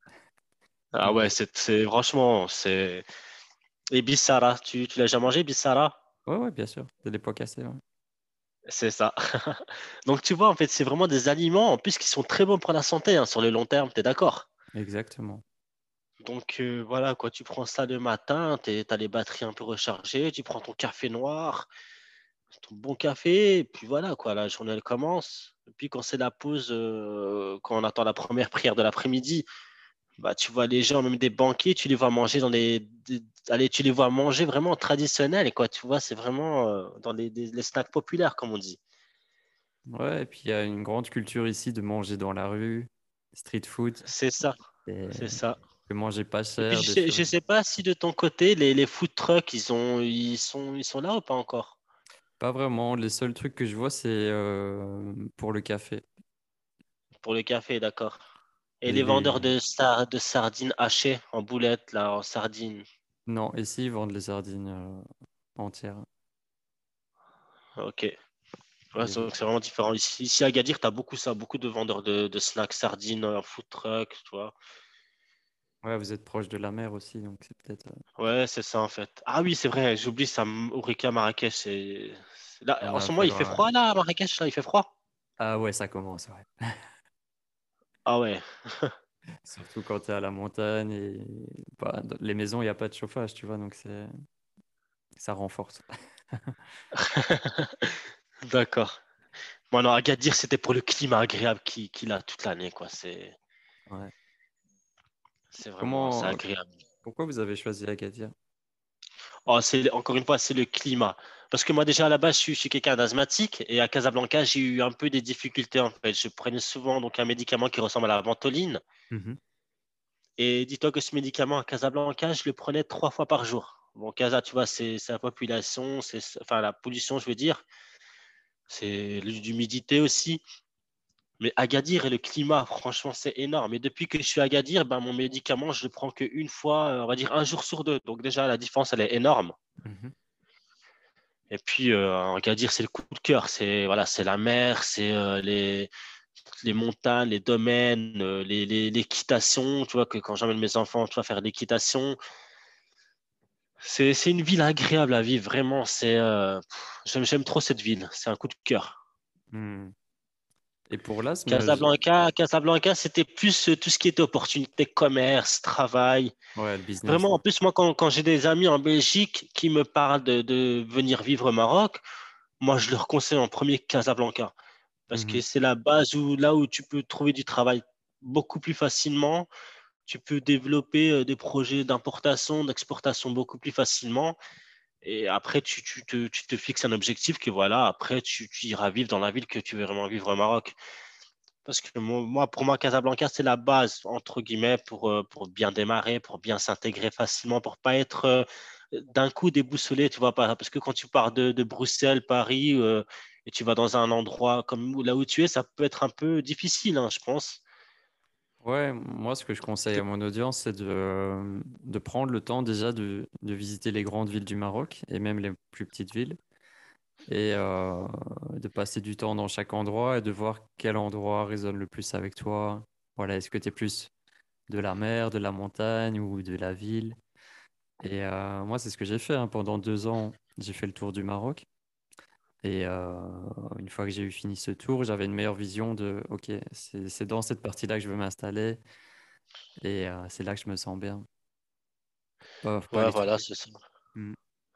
Ah Mais ouais, franchement, c'est. Et Bissara, tu l'as déjà mangé, Bissara? ouais, ouais, bien sûr. De l'époque assez, ouais. C'est ça. Donc tu vois, en fait, c'est vraiment des aliments, en plus, qui sont très bons pour la santé, hein, sur le long terme, tu es d'accord? Exactement. Donc voilà, quoi, tu prends ça le matin, tu as les batteries un peu rechargées, tu prends ton café noir, ton bon café, et puis voilà, quoi, la journée elle commence. Et puis quand c'est la pause, quand on attend la première prière de l'après-midi, bah tu vois les gens, même des banquiers, tu les vois manger allez, tu les vois manger vraiment traditionnel, et quoi, tu vois, c'est vraiment dans les snacks populaires, comme on dit. Ouais, et puis il y a une grande culture ici de manger dans la rue, street food, C'est ça, et c'est ça. de manger pas Et puis cher, des choses. je sais pas si de ton côté, les food trucks, ils sont là ou pas encore? Pas vraiment. Les seuls trucs que je vois, c'est pour le café. Pour le café, d'accord. Et Et les vendeurs les... de sardines hachées en boulettes, là, en sardines. Non, ici, ils vendent les sardines entières. Ok. Ouais, Et... c'est vraiment différent. Ici à Agadir, tu as beaucoup ça, beaucoup de vendeurs de snacks sardines, food truck, tu vois. Ouais, vous êtes proche de la mer aussi, donc c'est peut-être... Ouais, c'est ça en fait. Ah oui, c'est vrai, j'oublie ça. Ourika, Marrakech, là, on en a ce moment, affaire il fait à... froid là, à Marrakech, là, il fait froid. Ah ouais, ça commence, ouais. Ah ouais. Surtout quand tu es à la montagne et bah, dans les maisons, il n'y a pas de chauffage, tu vois, donc ça renforce. D'accord. Bon, non, Agadir, c'était pour le climat agréable qu'il a toute l'année, quoi. Ouais. C'est Comment, agréable. pourquoi vous avez choisi Agadir? Oh, encore une fois, c'est le climat. Parce que moi, déjà, à la base, je suis quelqu'un d'asthmatique et à Casablanca, j'ai eu un peu des difficultés, en fait. Je prenais souvent donc, un médicament qui ressemble à la ventoline. Mhm. Et dis-toi que ce médicament à Casablanca, je le prenais 3 fois par jour. Bon, Casa, tu vois, c'est la population, enfin la pollution, je veux dire. C'est l'humidité aussi. Mais Agadir et le climat, franchement, c'est énorme. Et depuis que je suis à Agadir, ben, mon médicament, je le prends qu'une fois, on va dire un jour sur deux. Donc déjà, la différence, elle est énorme. Mhm. Et puis, Agadir, c'est le coup de cœur. C'est voilà, c'est la mer, c'est les montagnes, les domaines, l'équitation. Tu vois, que quand j'emmène mes enfants, tu vas faire l'équitation. C'est une ville agréable à vivre, vraiment. J'aime trop cette ville. C'est un coup de cœur. Hmm. Et pour l'asthme, Casablanca, c'était plus tout ce qui était opportunité, commerce, travail. ouais, le business. Vraiment, en plus, moi, quand j'ai des amis en Belgique qui me parlent de venir vivre au Maroc, moi, je leur conseille en premier Casablanca. Parce que Mhm. c'est la base là où tu peux trouver du travail beaucoup plus facilement. Tu peux développer des projets d'importation, d'exportation beaucoup plus facilement. Et après, tu te fixes un objectif que voilà, après, tu iras vivre dans la ville que tu veux vraiment vivre au Maroc. Parce que pour moi, Casablanca, c'est la base, entre guillemets, pour bien démarrer, pour bien s'intégrer facilement, pour pas être d'un coup déboussolé, tu vois pas. Parce que quand tu pars de Bruxelles, Paris, et tu vas dans un endroit comme là où tu es, ça peut être un peu difficile, hein, je pense. Ouais, moi, ce que je conseille à mon audience, c'est de prendre le temps déjà de visiter les grandes villes du Maroc et même les plus petites villes et de passer du temps dans chaque endroit et de voir quel endroit résonne le plus avec toi. Voilà, est-ce que tu es plus de la mer, de la montagne ou de la ville? Et moi, c'est ce que j'ai fait, hein. Pendant 2 ans, j'ai fait le tour du Maroc. Et une fois que j'ai eu fini ce tour, j'avais une meilleure vision de, OK, c'est dans cette partie-là que je veux m'installer. Et c'est là que je me sens bien. Faut pas Ouais, aller trop voilà, vite. c'est ça. Mm.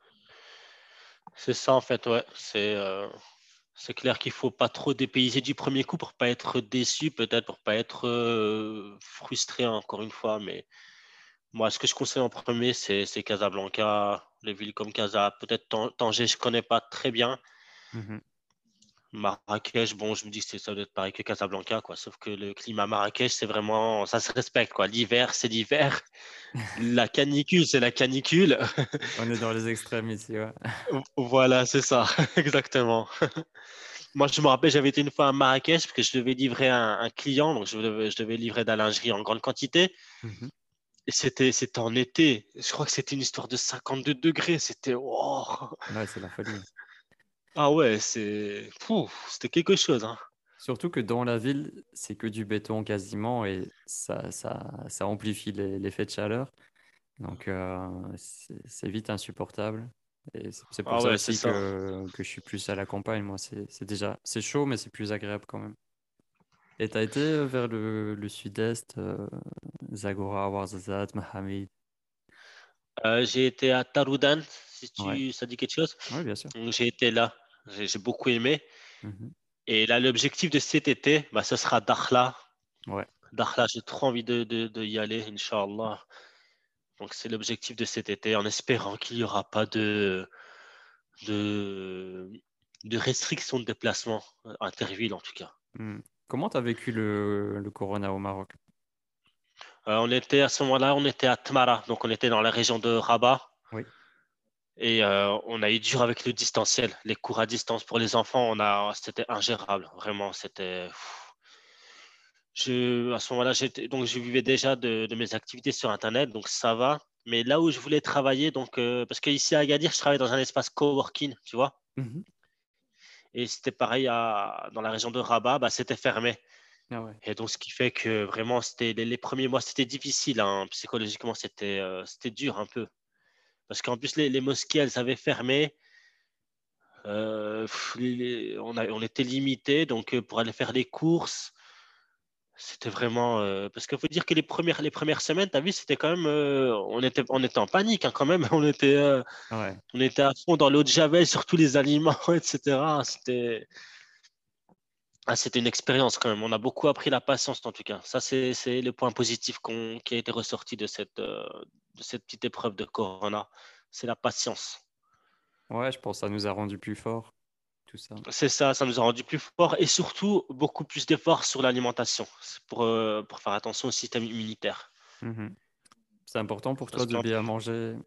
C'est ça, en fait, ouais. C'est clair qu'il faut pas trop dépayser du premier coup pour pas être déçu, peut-être pour pas être frustré encore une fois. Mais moi, ce que je conseille en premier, c'est Casablanca, les villes comme Casa, peut-être Tanger, je connais pas très bien. Mhm. Marrakech, bon, je me dis que ça doit être pareil que Casablanca, quoi. Sauf que le climat à Marrakech, c'est vraiment, ça se respecte, quoi. L'hiver, c'est l'hiver. La canicule, c'est la canicule. On est dans les extrêmes ici, ouais. Voilà, c'est ça, exactement. Moi, je me rappelle, j'avais été une fois à Marrakech parce que je devais livrer un client, donc je devais livrer de la lingerie en grande quantité. Mhm. Et c'était en été. Je crois que c'était une histoire de 52 degrés. C'était, oh. Ouais, c'est la folie. Ah ouais, c'était quelque chose, hein. Surtout que dans la ville, c'est que du béton quasiment et ça amplifie l'effet de chaleur. Donc, c'est vite insupportable. Et c'est pour Ah ça ouais, c'est aussi ça. que je suis plus à la campagne. Moi, c'est chaud, mais c'est plus agréable quand même. Et t'as été vers le sud-est, Zagora, Ouarzazate, Mohamed. J'ai été à Taroudan, si Ouais, ça dit quelque chose. ouais, bien sûr. Donc, j'ai été là. J'ai beaucoup aimé. Mhm. Et là, l'objectif de cet été, bah, ce sera Dakhla. Ouais. Dakhla, j'ai trop envie de y aller, Inch'Allah. Donc, c'est l'objectif de cet été, en espérant qu'il n'y aura pas de, de restrictions de déplacement interville, en tout cas. Hmm. Comment t'as vécu le Corona au Maroc? On était à ce moment-là, on était à Tmara, donc on était dans la région de Rabat. Oui. Et on a eu dur avec le distanciel, les cours à distance pour les enfants. C'était ingérable, vraiment. À ce moment-là, donc je vivais déjà de mes activités sur Internet, donc ça va. Mais là où je voulais travailler, donc parce qu'ici à Agadir, je travaille dans un espace coworking, tu vois. Mhm. Et c'était pareil dans la région de Rabat, bah, c'était fermé. Ah ouais. Et donc, ce qui fait que vraiment, c'était les premiers mois, c'était difficile, hein. Psychologiquement, c'était dur un peu. Parce qu'en plus, les mosquées, elles avaient fermé. On était limité, donc pour aller faire les courses, c'était vraiment. Parce qu'il faut dire que les premières semaines, tu as vu, c'était quand même. On était en panique, hein, quand même. Ouais. On était à fond dans l'eau de Javel sur tous les aliments, etc. C'était une expérience quand même. On a beaucoup appris la patience, en tout cas. Ça, c'est le point positif qui a été ressorti de cette petite épreuve de Corona. C'est la patience. Ouais, je pense que ça nous a rendus plus forts, tout ça. C'est ça, ça nous a rendu plus forts et surtout beaucoup plus d'efforts sur l'alimentation. C'est pour faire attention au système immunitaire. Mhm. C'est important pour toi Parce de que bien manger.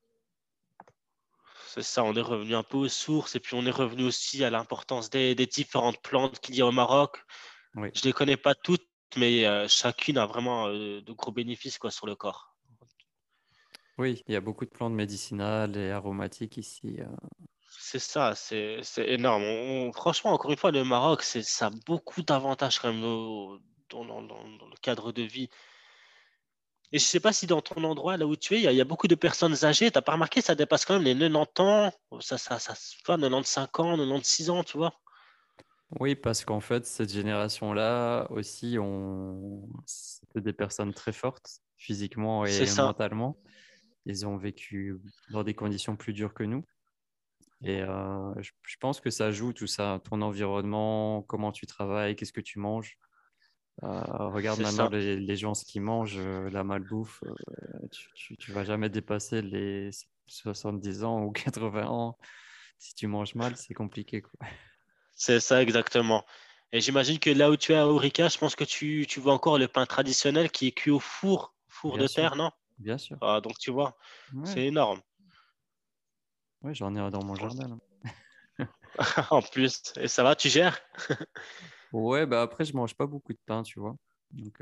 c'est ça, on est revenu un peu aux sources et puis on est revenu aussi à l'importance des différentes plantes qu'il y a au Maroc. Oui. Je ne les connais pas toutes, mais chacune a vraiment de gros bénéfices quoi, sur le corps. Oui, il y a beaucoup de plantes médicinales et aromatiques ici. C'est ça, c'est énorme. Franchement, encore une fois, le Maroc, ça a beaucoup d'avantages quand même dans le cadre de vie. Et je sais pas si dans ton endroit, là où tu es, il y a beaucoup de personnes âgées. T'as pas remarqué, ça dépasse quand même les 90 ans. Ça se voit, 95 ans, 96 ans, tu vois. Oui, parce qu'en fait, cette génération-là aussi, c'était des personnes très fortes, physiquement C'est et ça. mentalement. Ils ont vécu dans des conditions plus dures que nous. Et je pense que ça joue tout ça, ton environnement, comment tu travailles, qu'est-ce que tu manges. Regarde C'est maintenant ça. les gens ce qu'ils mangent, la malbouffe, tu vas jamais dépasser les 70 ans ou 80 ans. Si tu manges mal, c'est compliqué, quoi. C'est ça exactement. Et j'imagine que là où tu es à Aurica, je pense que tu vois encore le pain traditionnel qui est cuit au four Bien de sûr, terre, non? bien sûr. Ah, donc tu vois, Ouais, c'est énorme. ouais, j'en ai un dans mon jardin là. En plus, et ça va, tu gères? Ouais, bah après, je mange pas beaucoup de pain, tu vois. Donc,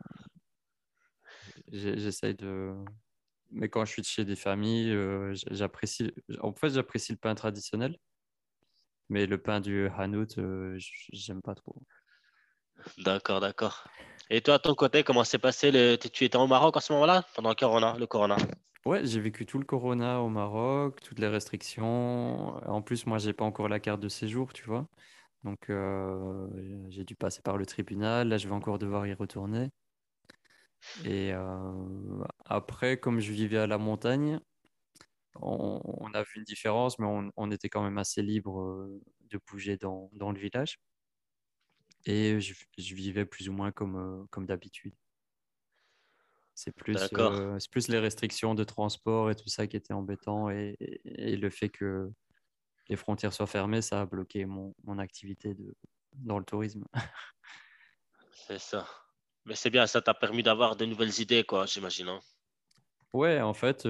j'essaye de. Mais quand je suis chez des familles, j'apprécie. En fait, j'apprécie le pain traditionnel, mais le pain du Hanout, j'aime pas trop. D'accord, d'accord. Et toi, à ton côté, comment s'est passé tu étais au Maroc en ce moment-là, pendant le corona? Ouais, j'ai vécu tout le corona au Maroc, toutes les restrictions. En plus, moi, j'ai pas encore la carte de séjour, tu vois. Donc, j'ai dû passer par le tribunal. Là, je vais encore devoir y retourner. Et après, comme je vivais à la montagne, on a vu une différence, mais on était quand même assez libre de bouger dans le village. Et je vivais plus ou moins comme d'habitude. D'accord. C'est plus les restrictions de transport et tout ça qui étaient embêtants et le fait que les frontières soient fermées, ça a bloqué mon activité dans le tourisme. C'est ça. Mais c'est bien, ça t'a permis d'avoir de nouvelles idées, quoi, j'imagine, hein. Ouais, en fait,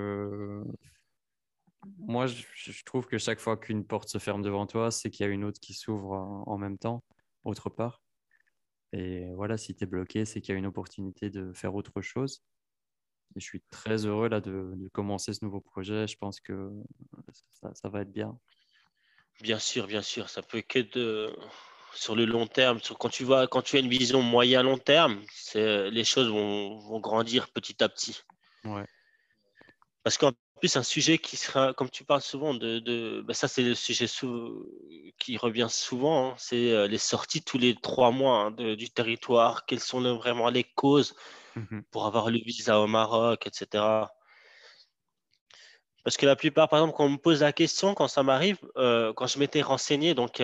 moi, je trouve que chaque fois qu'une porte se ferme devant toi, c'est qu'il y a une autre qui s'ouvre en même temps, autre part. Et voilà, si tu es bloqué, c'est qu'il y a une opportunité de faire autre chose. Et je suis très heureux là de commencer ce nouveau projet. Je pense que ça va être bien. Bien sûr, ça peut que sur le long terme, quand tu as une vision moyen long terme, les choses vont grandir petit à petit. Ouais. Parce qu'en plus, un sujet qui sera, comme tu parles souvent ben ça c'est le sujet qui revient souvent, hein, c'est les sorties tous les 3 mois, hein, du territoire. Quelles sont vraiment les causes Mhm. pour avoir le visa au Maroc, etc. Parce que la plupart, par exemple, quand on me pose la question, quand ça m'arrive, quand je m'étais renseigné donc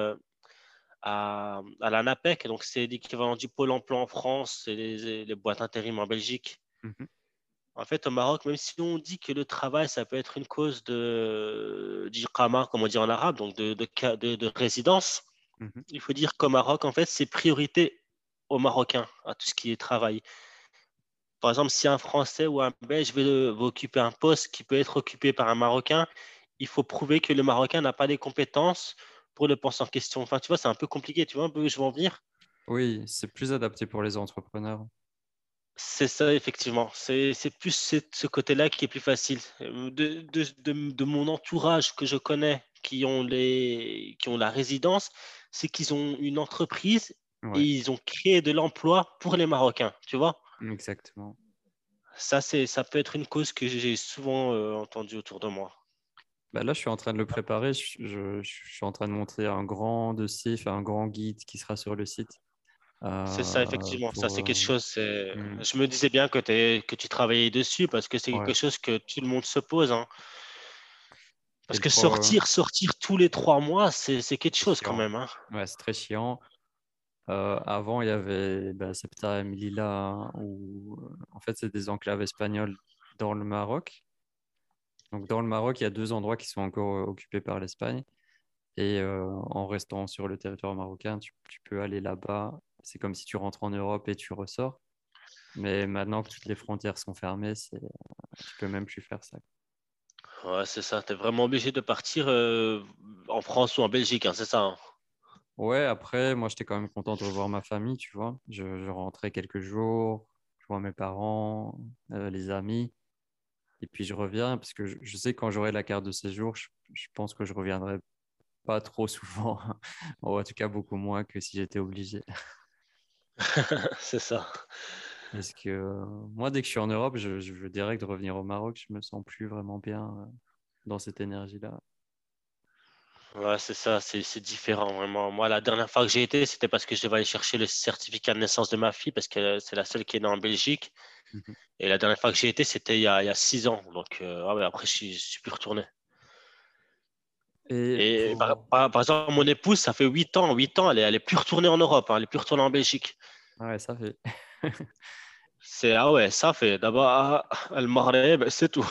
à l'ANAPEC, donc c'est l'équivalent du Pôle emploi en France et les boîtes intérim en Belgique. Mhm. En fait, au Maroc, même si on dit que le travail, ça peut être une cause d'iqama, comme on dit en arabe, donc de résidence, Mhm. il faut dire qu'au Maroc, en fait, c'est priorité aux Marocains, à tout ce qui est travail. Par exemple, si un Français ou un Belge veut occuper un poste qui peut être occupé par un Marocain, il faut prouver que le Marocain n'a pas les compétences pour le poste en question. Enfin, tu vois, c'est un peu compliqué, tu vois un peu où je veux en venir. Oui, c'est plus adapté pour les entrepreneurs. C'est ça, effectivement. C'est plus ce côté-là qui est plus facile. De mon entourage que je connais, qui ont la résidence, c'est qu'ils ont une entreprise et Ouais, ils ont créé de l'emploi pour les Marocains, tu vois. exactement. Ça peut être une cause que j'ai souvent entendue autour de moi. Bah là, je suis en train de le préparer. Je suis en train de monter un grand dossier, faire un grand guide qui sera sur le site. C'est ça, effectivement. Ça, Pour, c'est quelque chose. hmm, Je me disais bien que tu travaillais dessus parce que c'est quelque ouais, chose que tout le monde se pose, hein. et Parce le que pro, sortir tous les 3 mois, c'est quelque c'est chose quand chiant. même, hein. Ouais, c'est très chiant. Avant, il y avait bah, Ceuta et Melilla, où en fait, c'est des enclaves espagnoles dans le Maroc. Donc, dans le Maroc, il y a deux endroits qui sont encore occupés par l'Espagne. Et en restant sur le territoire marocain, tu peux aller là-bas. C'est comme si tu rentres en Europe et tu ressors. Mais maintenant que toutes les frontières sont fermées, tu peux même plus faire ça. Ouais, c'est ça. Tu es vraiment obligé de partir en France ou en Belgique, hein, c'est ça, hein. Ouais, après, moi, j'étais quand même content de revoir ma famille, tu vois. Je rentrais quelques jours, je vois mes parents, les amis. Et puis je reviens, parce que je sais que quand j'aurai la carte de séjour, je pense que je reviendrai pas trop souvent. Ou en tout cas, beaucoup moins que si j'étais obligé. C'est ça. Parce que moi, dès que je suis en Europe, je veux direct revenir au Maroc. Je me sens plus vraiment bien dans cette énergie-là. Ouais, c'est ça. C'est différent, vraiment. Moi, la dernière fois que j'ai été, c'était parce que je devais aller chercher le certificat de naissance de ma fille parce que c'est la seule qui est née en Belgique. Mhm. Et la dernière fois que j'ai été, c'était il y a 6 ans. Donc, ah ouais, après, je suis plus retourné. Et Et pour... par exemple, mon épouse, ça fait 8 ans, elle est plus retournée en Europe, hein, elle est plus retournée en Belgique. Ouais, ça fait. C'est, ah ouais, ça fait. D'abord, le Maghreb, c'est tout.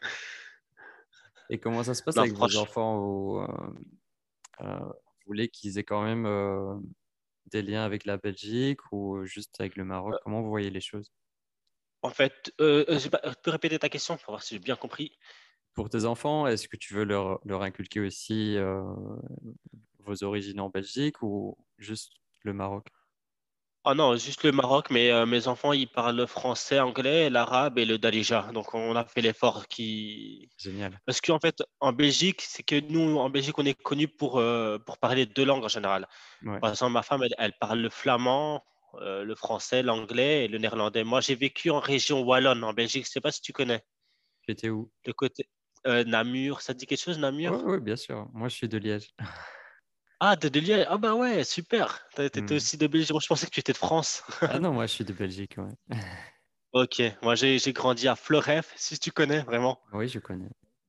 Et comment ça se passe Non, avec vos franchement. enfants vous voulez qu'ils aient quand même. des liens avec la Belgique ou juste avec le Maroc? Comment vous voyez les choses? En fait, tu peux répéter ta question pour voir si j'ai bien compris. Pour tes enfants, est-ce que tu veux leur inculquer aussi vos origines en Belgique ou juste le Maroc? Ah non, juste le Maroc, mais mes enfants, ils parlent le français, anglais, l'arabe et le darija. Donc, on a fait l'effort qui... Génial. Parce qu'en fait, en Belgique, c'est que nous, en Belgique, on est connu pour parler deux langues en général. Ouais. Par exemple, ma femme, elle parle le flamand, le français, l'anglais et le néerlandais. Moi, j'ai vécu en région wallonne, en Belgique. Je sais pas si tu connais. J'étais où? Le côté Namur, ça te dit quelque chose, Oui, Namur? oui, bien sûr. Moi, je suis de Liège. Ah, de Liège. Ah bah ouais, super. T'étais Hmm. aussi de Belgique. Moi, je pensais que tu étais de France. Ah non, moi, je suis de Belgique, ouais. Ok, moi j'ai grandi à Fleuref, si tu connais vraiment. Oui, je connais.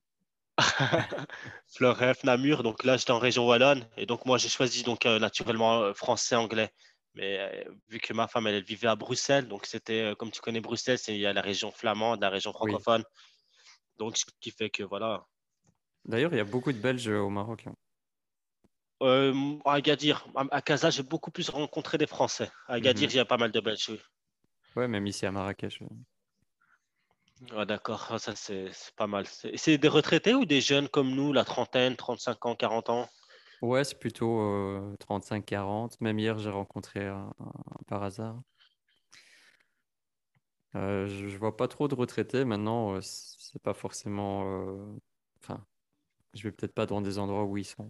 Fleuref, Namur, donc là j'étais en région wallonne et donc moi j'ai choisi donc naturellement français, anglais. Mais vu que ma femme elle vivait à Bruxelles, donc c'était comme tu connais Bruxelles, il y a la région flamande, la région Oui. francophone. Donc ce qui fait que voilà. D'ailleurs, il y a beaucoup de Belges au Maroc, hein. À Agadir, à Casa, j'ai beaucoup plus rencontré des Français. À Agadir, Mhm. il y a pas mal de Belges. Oui. Ouais, même ici à Marrakech. Ouais, d'accord, ah, ça c'est pas mal. C'est des retraités ou des jeunes comme nous, la trentaine, 35 ans, 40 ans? Ouais, c'est plutôt 35-40. Même hier, j'ai rencontré par hasard. Je vois pas trop de retraités maintenant. C'est pas forcément. Enfin, je vais peut-être pas dans des endroits où ils sont.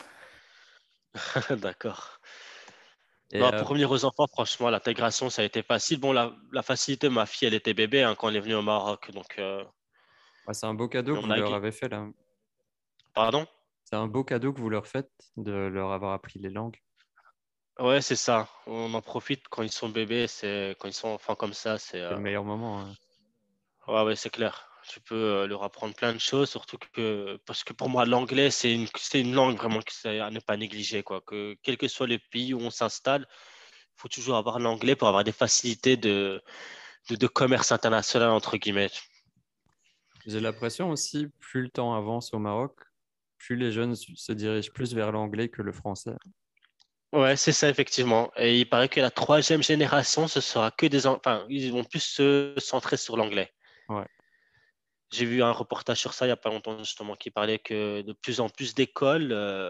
D'accord. Et Non, pour revenir aux enfants, franchement, l'intégration, ça a été facile. Bon, la facilité, ma fille, elle était bébé hein, quand elle est venue au Maroc. Donc, ouais, c'est un beau cadeau mais que on vous a... leur avez fait là. Pardon? C'est un beau cadeau que vous leur faites de leur avoir appris les langues. Ouais, c'est ça. On en profite quand ils sont bébés. Quand ils sont enfants comme ça, c'est... C'est le meilleur moment, hein. Ouais, ouais, c'est clair. Tu peux leur apprendre plein de choses, surtout que... Parce que pour moi, l'anglais, c'est une langue vraiment que c'est à ne pas négliger, quoi. Que, quel que soit le pays où on s'installe, il faut toujours avoir l'anglais pour avoir des facilités de commerce international, entre guillemets. J'ai l'impression aussi, plus le temps avance au Maroc, plus les jeunes se dirigent plus vers l'anglais que le français. Ouais, c'est ça, effectivement. Et il paraît que la troisième génération, ce sera que Enfin, ils vont plus se centrer sur l'anglais. Ouais, J'ai vu un reportage sur ça il n'y a pas longtemps, justement, qui parlait que de plus en plus d'écoles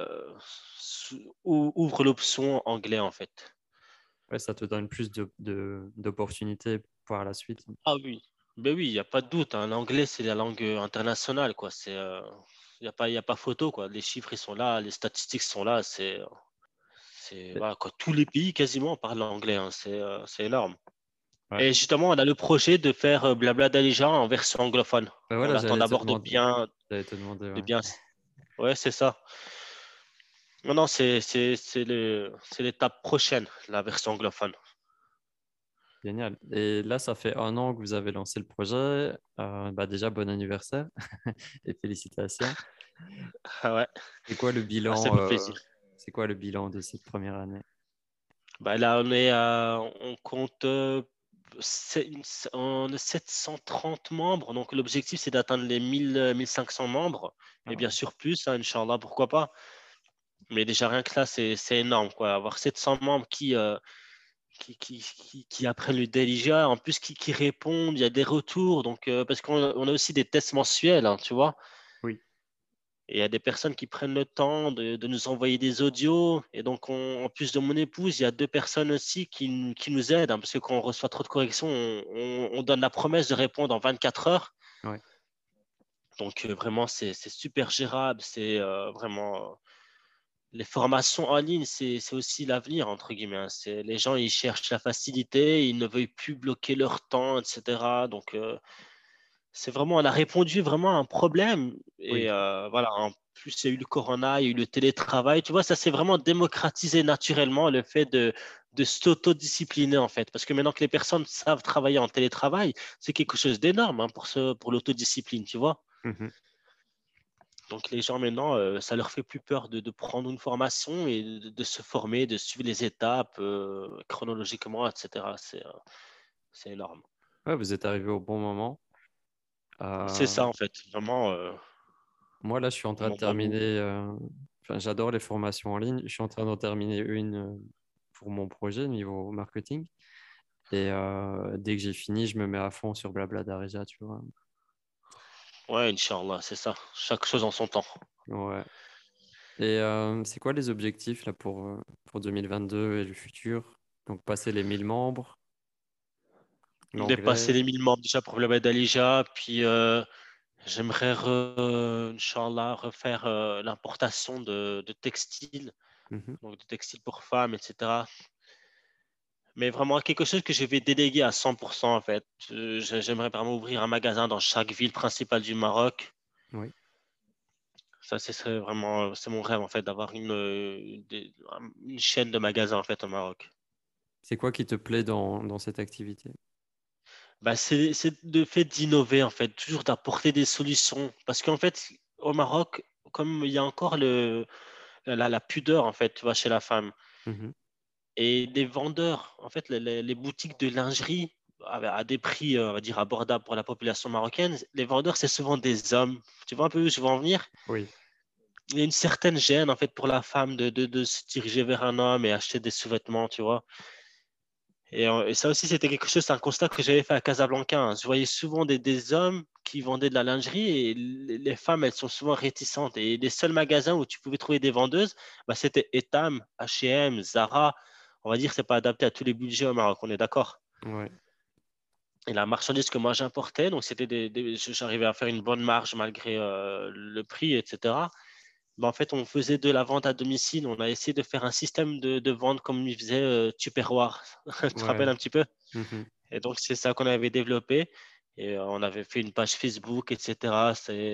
ouvrent l'option anglais, en fait. ouais, ça te donne plus d'opportunités par la suite. Ah oui, ben oui, il n'y a pas de doute, hein. L'anglais, c'est la langue internationale, quoi. Il y a pas photo, quoi. Les chiffres, ils sont là, les statistiques sont là. Voilà, quoi. Tous les pays, quasiment, parlent anglais, hein. C'est énorme. Ouais. Et justement, on a le projet de faire Blabla Dalija en version anglophone. Ben On voilà, attend d'abord j'allais te demander, de ouais. bien. Ouais, c'est ça. Non, non, c'est l'étape prochaine, la version anglophone. Génial. Et là, ça fait un an que vous avez lancé le projet. Bah déjà, bon anniversaire et félicitations. Ah ouais, C'est quoi le ah, ça bilan, fait plaisir. c'est quoi le bilan de cette première année? Bah, là, on compte on est 730 membres. Donc, l'objectif, c'est d'atteindre les 1500 membres. Et bien Ah, sûr, plus, hein, Inch'Allah, pourquoi pas. Mais déjà, rien que là, c'est énorme, quoi. Avoir 700 membres qui apprennent le Delija, en plus qui répondent, il y a des retours, donc parce on a aussi des tests mensuels, hein, tu vois. oui, Et il y a des personnes qui prennent le temps de nous envoyer des audios. Et donc, en plus de mon épouse, il y a deux personnes aussi qui nous aident, hein, parce que quand on reçoit trop de corrections, on donne la promesse de répondre en 24 heures. ouais. Donc, vraiment, c'est super gérable. C'est vraiment. Les formations en ligne, c'est aussi l'avenir, entre guillemets, hein. Les gens, ils cherchent la facilité, ils ne veulent plus bloquer leur temps, etc. Donc, c'est vraiment, on a répondu vraiment à un problème. Oui. Et voilà, en plus, il y a eu le corona, il y a eu le télétravail. Tu vois, ça s'est vraiment démocratisé naturellement, le fait de s'autodiscipliner, en fait. Parce que maintenant que les personnes savent travailler en télétravail, c'est quelque chose d'énorme hein, pour l'autodiscipline, tu vois. Mhm. Donc les gens maintenant, ça leur fait plus peur de prendre une formation et de se former, de suivre les étapes chronologiquement, etc. C'est énorme. Ouais, vous êtes arrivé au bon moment. C'est Euh, ça en fait, vraiment Moi, là, je suis en au train de moment où. terminer. Enfin, j'adore les formations en ligne. Je suis en train d'en terminer une pour mon projet niveau marketing. Et dès que j'ai fini, je me mets à fond sur Blabla Darija, tu vois. Ouais, Inch'Allah, c'est ça. Chaque chose en son temps. Ouais. Et c'est quoi les objectifs là pour 2022 et le futur? Donc passer les 1000 membres, Dépasser l'anglais. les 1000 membres déjà pour le Badalija. Puis j'aimerais, Inch'Allah, refaire l'importation de textiles, Mhm. donc de textiles pour femmes, etc. Mais vraiment quelque chose que je vais déléguer à 100% en fait. J'aimerais vraiment ouvrir un magasin dans chaque ville principale du Maroc. Oui. Ça, ce serait vraiment, c'est mon rêve en fait, d'avoir une chaîne de magasins en fait au Maroc. C'est quoi qui te plaît dans cette activité? Bah, c'est le fait d'innover en fait, toujours d'apporter des solutions. Parce qu'en fait, au Maroc, comme il y a encore la pudeur en fait, tu vois, chez la femme. Mhm. Et les vendeurs, en fait, les boutiques de lingerie à des prix, on va dire, abordables pour la population marocaine, les vendeurs, c'est souvent des hommes. Tu vois un peu où je veux en venir? Oui. Il y a une certaine gêne, en fait, pour la femme de se diriger vers un homme et acheter des sous-vêtements, tu vois. Et ça aussi, c'était quelque chose, c'est un constat que j'avais fait à Casablanca, hein. Je voyais souvent des hommes qui vendaient de la lingerie et les femmes, elles sont souvent réticentes. Et les seuls magasins où tu pouvais trouver des vendeuses, bah, c'était Etam, H&M, Zara. On va dire que c'est pas adapté à tous les budgets au Maroc, on est d'accord. Ouais. Et la marchandise que moi j'importais, donc c'était j'arrivais à faire une bonne marge malgré le prix, etc. Bah, en fait, on faisait de la vente à domicile. On a essayé de faire un système de vente comme il faisait Tupperware. Tu te rappelles Ouais. un petit peu? Mhm. Et donc, c'est ça qu'on avait développé. Et on avait fait une page Facebook, etc.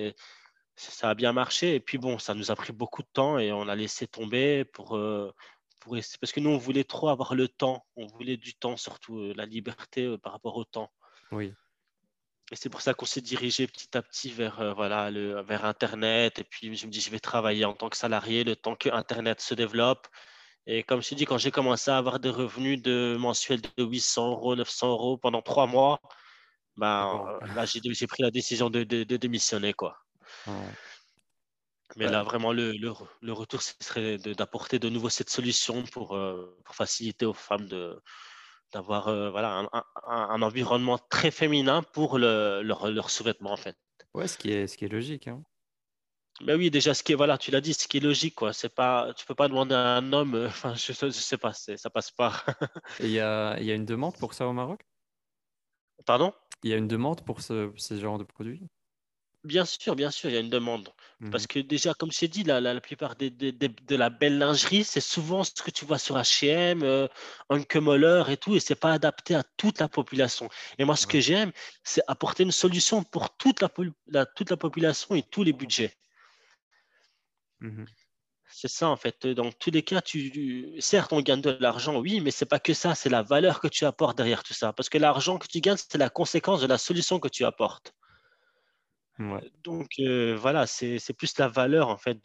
Ça a bien marché. Et puis, bon, ça nous a pris beaucoup de temps et on a laissé tomber parce que nous, on voulait trop avoir le temps. On voulait du temps, surtout la liberté par rapport au temps. Oui. Et c'est pour ça qu'on s'est dirigé petit à petit vers, voilà, vers Internet. Et puis, je me dis, je vais travailler en tant que salarié le temps que Internet se développe. Et comme je t'ai dit, quand j'ai commencé à avoir des revenus mensuels de 800 euros, 900 euros pendant 3 mois, C'est ben, bon. là, j'ai pris la décision de démissionner, quoi. Ouais. Mais Bah, là, vraiment, le retour, ce serait d'apporter de nouveau cette solution pour faciliter aux femmes d'avoir voilà, un environnement très féminin pour leur sous-vêtement, en fait. ouais, ce qui est logique, hein. Mais oui, déjà, voilà, tu l'as dit, ce qui est logique, quoi. C'est pas, tu peux pas demander à un homme, enfin, je sais pas, ça passe pas. Et il y a une demande pour ça au Maroc? Pardon? Il y a une demande pour ce genre de produit? Bien sûr, il y a une demande. Mhm. Parce que déjà, comme je t'ai dit, la plupart de la belle lingerie, c'est souvent ce que tu vois sur H&M, Hunkemöller et tout, et c'est pas adapté à toute la population. Et moi, ce Ouais. que j'aime, c'est apporter une solution pour toute la population et tous les budgets. Mhm. C'est ça, en fait. Dans tous les cas, certes, on gagne de l'argent, oui, mais c'est pas que ça, c'est la valeur que tu apportes derrière tout ça. Parce que l'argent que tu gagnes, c'est la conséquence de la solution que tu apportes. Ouais. Donc, voilà, c'est plus la valeur, en fait,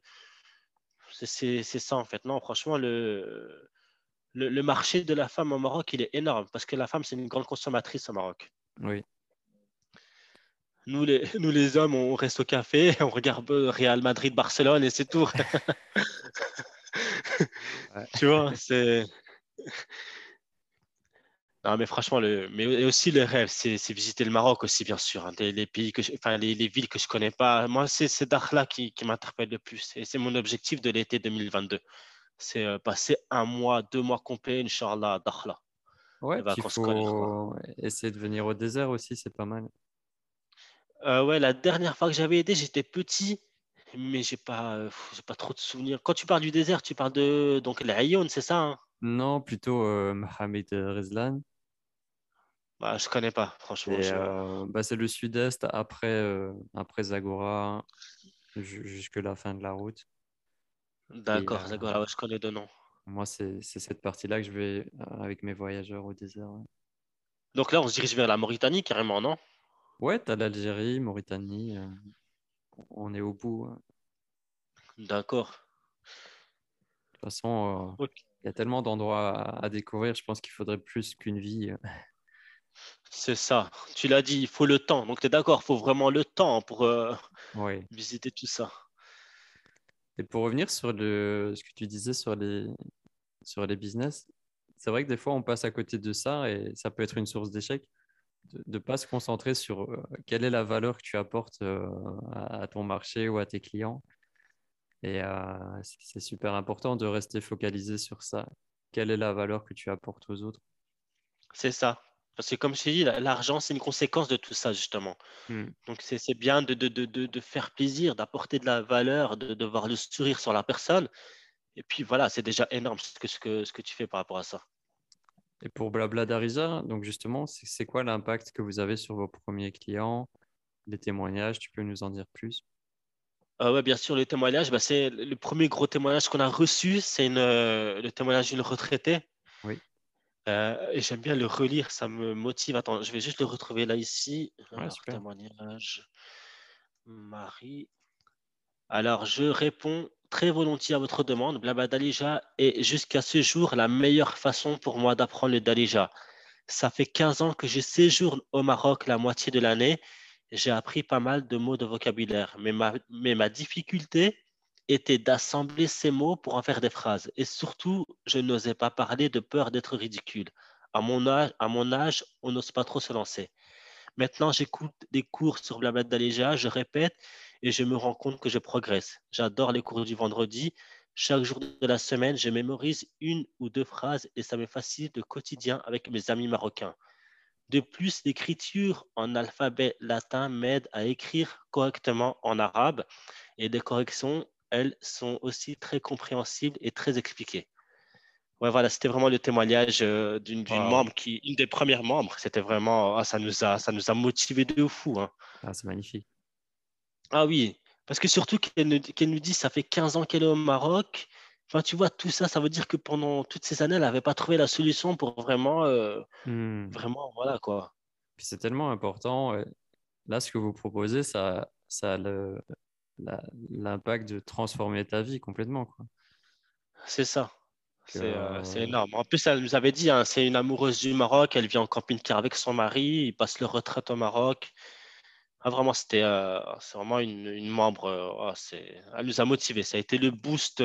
c'est ça, en fait. Non, franchement, le marché de la femme au Maroc, il est énorme parce que la femme, c'est une grande consommatrice au Maroc. Oui. Nous, les hommes, on reste au café, on regarde Real Madrid, Barcelone et c'est tout. Ouais. Tu vois, c'est. Non, mais franchement, mais et aussi le rêve, c'est visiter le Maroc aussi, bien sûr, hein, les pays enfin, les villes que je connais pas. Moi, c'est Dakhla qui m'interpelle le plus. Et c'est mon objectif de l'été 2022. C'est passer un mois, 2 mois complets, Inch'Allah, à Dakhla. Ouais, Les puis il vacances scolaires, quoi. faut essayer de venir au désert aussi, c'est pas mal. Ouais, la dernière fois que j'avais été, j'étais petit, mais j'ai pas trop de souvenirs. Quand tu parles du désert, tu parles de donc l'Aïon, c'est ça, hein? Non, plutôt Mohamed Rezlan. Bah, je connais pas, franchement. Bah, c'est le sud-est après Zagora jusque la fin de la route. Et D'accord, d'accord, ouais, je connais deux noms. moi, c'est cette partie-là que je vais avec mes voyageurs au désert. Ouais, Donc là, on se dirige vers la Mauritanie carrément, non? ouais, t'as l'Algérie, Mauritanie, on est au bout, hein. D'accord. De toute façon, Ok. il y a tellement d'endroits à découvrir, je pense qu'il faudrait plus qu'une vie. C'est ça. Tu l'as dit, il faut le temps. Donc tu es d'accord, il faut vraiment le temps pour Ouais. visiter tout ça. Et pour revenir sur ce que tu disais sur sur les business, c'est vrai que des fois, on passe à côté de ça et ça peut être une source d'échec de ne pas se concentrer sur quelle est la valeur que tu apportes à ton marché ou à tes clients. Et c'est super important de rester focalisé sur ça. Quelle est la valeur que tu apportes aux autres? C'est ça. Parce que comme je t'ai dit, l'argent, c'est une conséquence de tout ça, justement. Hmm. Donc, c'est bien de faire plaisir, d'apporter de la valeur, de voir le sourire sur la personne. Et puis voilà, c'est déjà énorme ce que tu fais par rapport à ça. Et pour Blabla d'Arisa, donc justement, c'est quoi l'impact que vous avez sur vos premiers clients, les témoignages, tu peux nous en dire plus? Ouais, bien sûr, le témoignage, bah, c'est le premier gros témoignage qu'on a reçu, c'est le témoignage d'une retraitée. Oui, Et j'aime bien le relire, ça me motive. Attends, je vais juste le retrouver là ici. ouais, Alors, super. témoignage, Marie. Alors, je réponds très volontiers à votre demande. Blabla Dalija est jusqu'à ce jour la meilleure façon pour moi d'apprendre le Dalija. Ça fait 15 ans que je séjourne au Maroc la moitié de l'année. J'ai appris pas mal de mots de vocabulaire, mais ma difficulté était d'assembler ces mots pour en faire des phrases. Et surtout, je n'osais pas parler de peur d'être ridicule. À mon âge, on n'ose pas trop se lancer. Maintenant, j'écoute des cours sur Blabla Daléja, je répète et je me rends compte que je progresse. J'adore les cours du vendredi. Chaque jour de la semaine, je mémorise une ou deux phrases et ça me facilite le quotidien avec mes amis marocains. De plus, l'écriture en alphabet latin m'aide à écrire correctement en arabe et les corrections, elles, sont aussi très compréhensibles et très expliquées. Ouais, voilà, c'était vraiment le témoignage d'une Waouh, membre une des premières membres. C'était vraiment, ça nous a motivés de fou, hein. ah, c'est magnifique. Ah oui, parce que surtout qu'elle nous dit, ça fait 15 ans qu'elle est au Maroc. Enfin, tu vois, tout ça, ça veut dire que pendant toutes ces années, elle n'avait pas trouvé la solution pour vraiment, Hmm. vraiment, voilà quoi. Puis c'est tellement important. Là, ce que vous proposez, ça a l'impact de transformer ta vie complètement, quoi. C'est ça. Que, C'est énorme. En plus, elle nous avait dit, hein, c'est une amoureuse du Maroc. Elle vit en camping-car avec son mari. Ils passent leur retraite au Maroc. Ah, vraiment, c'est vraiment une membre. Elle nous a motivés. Ça a été le boost.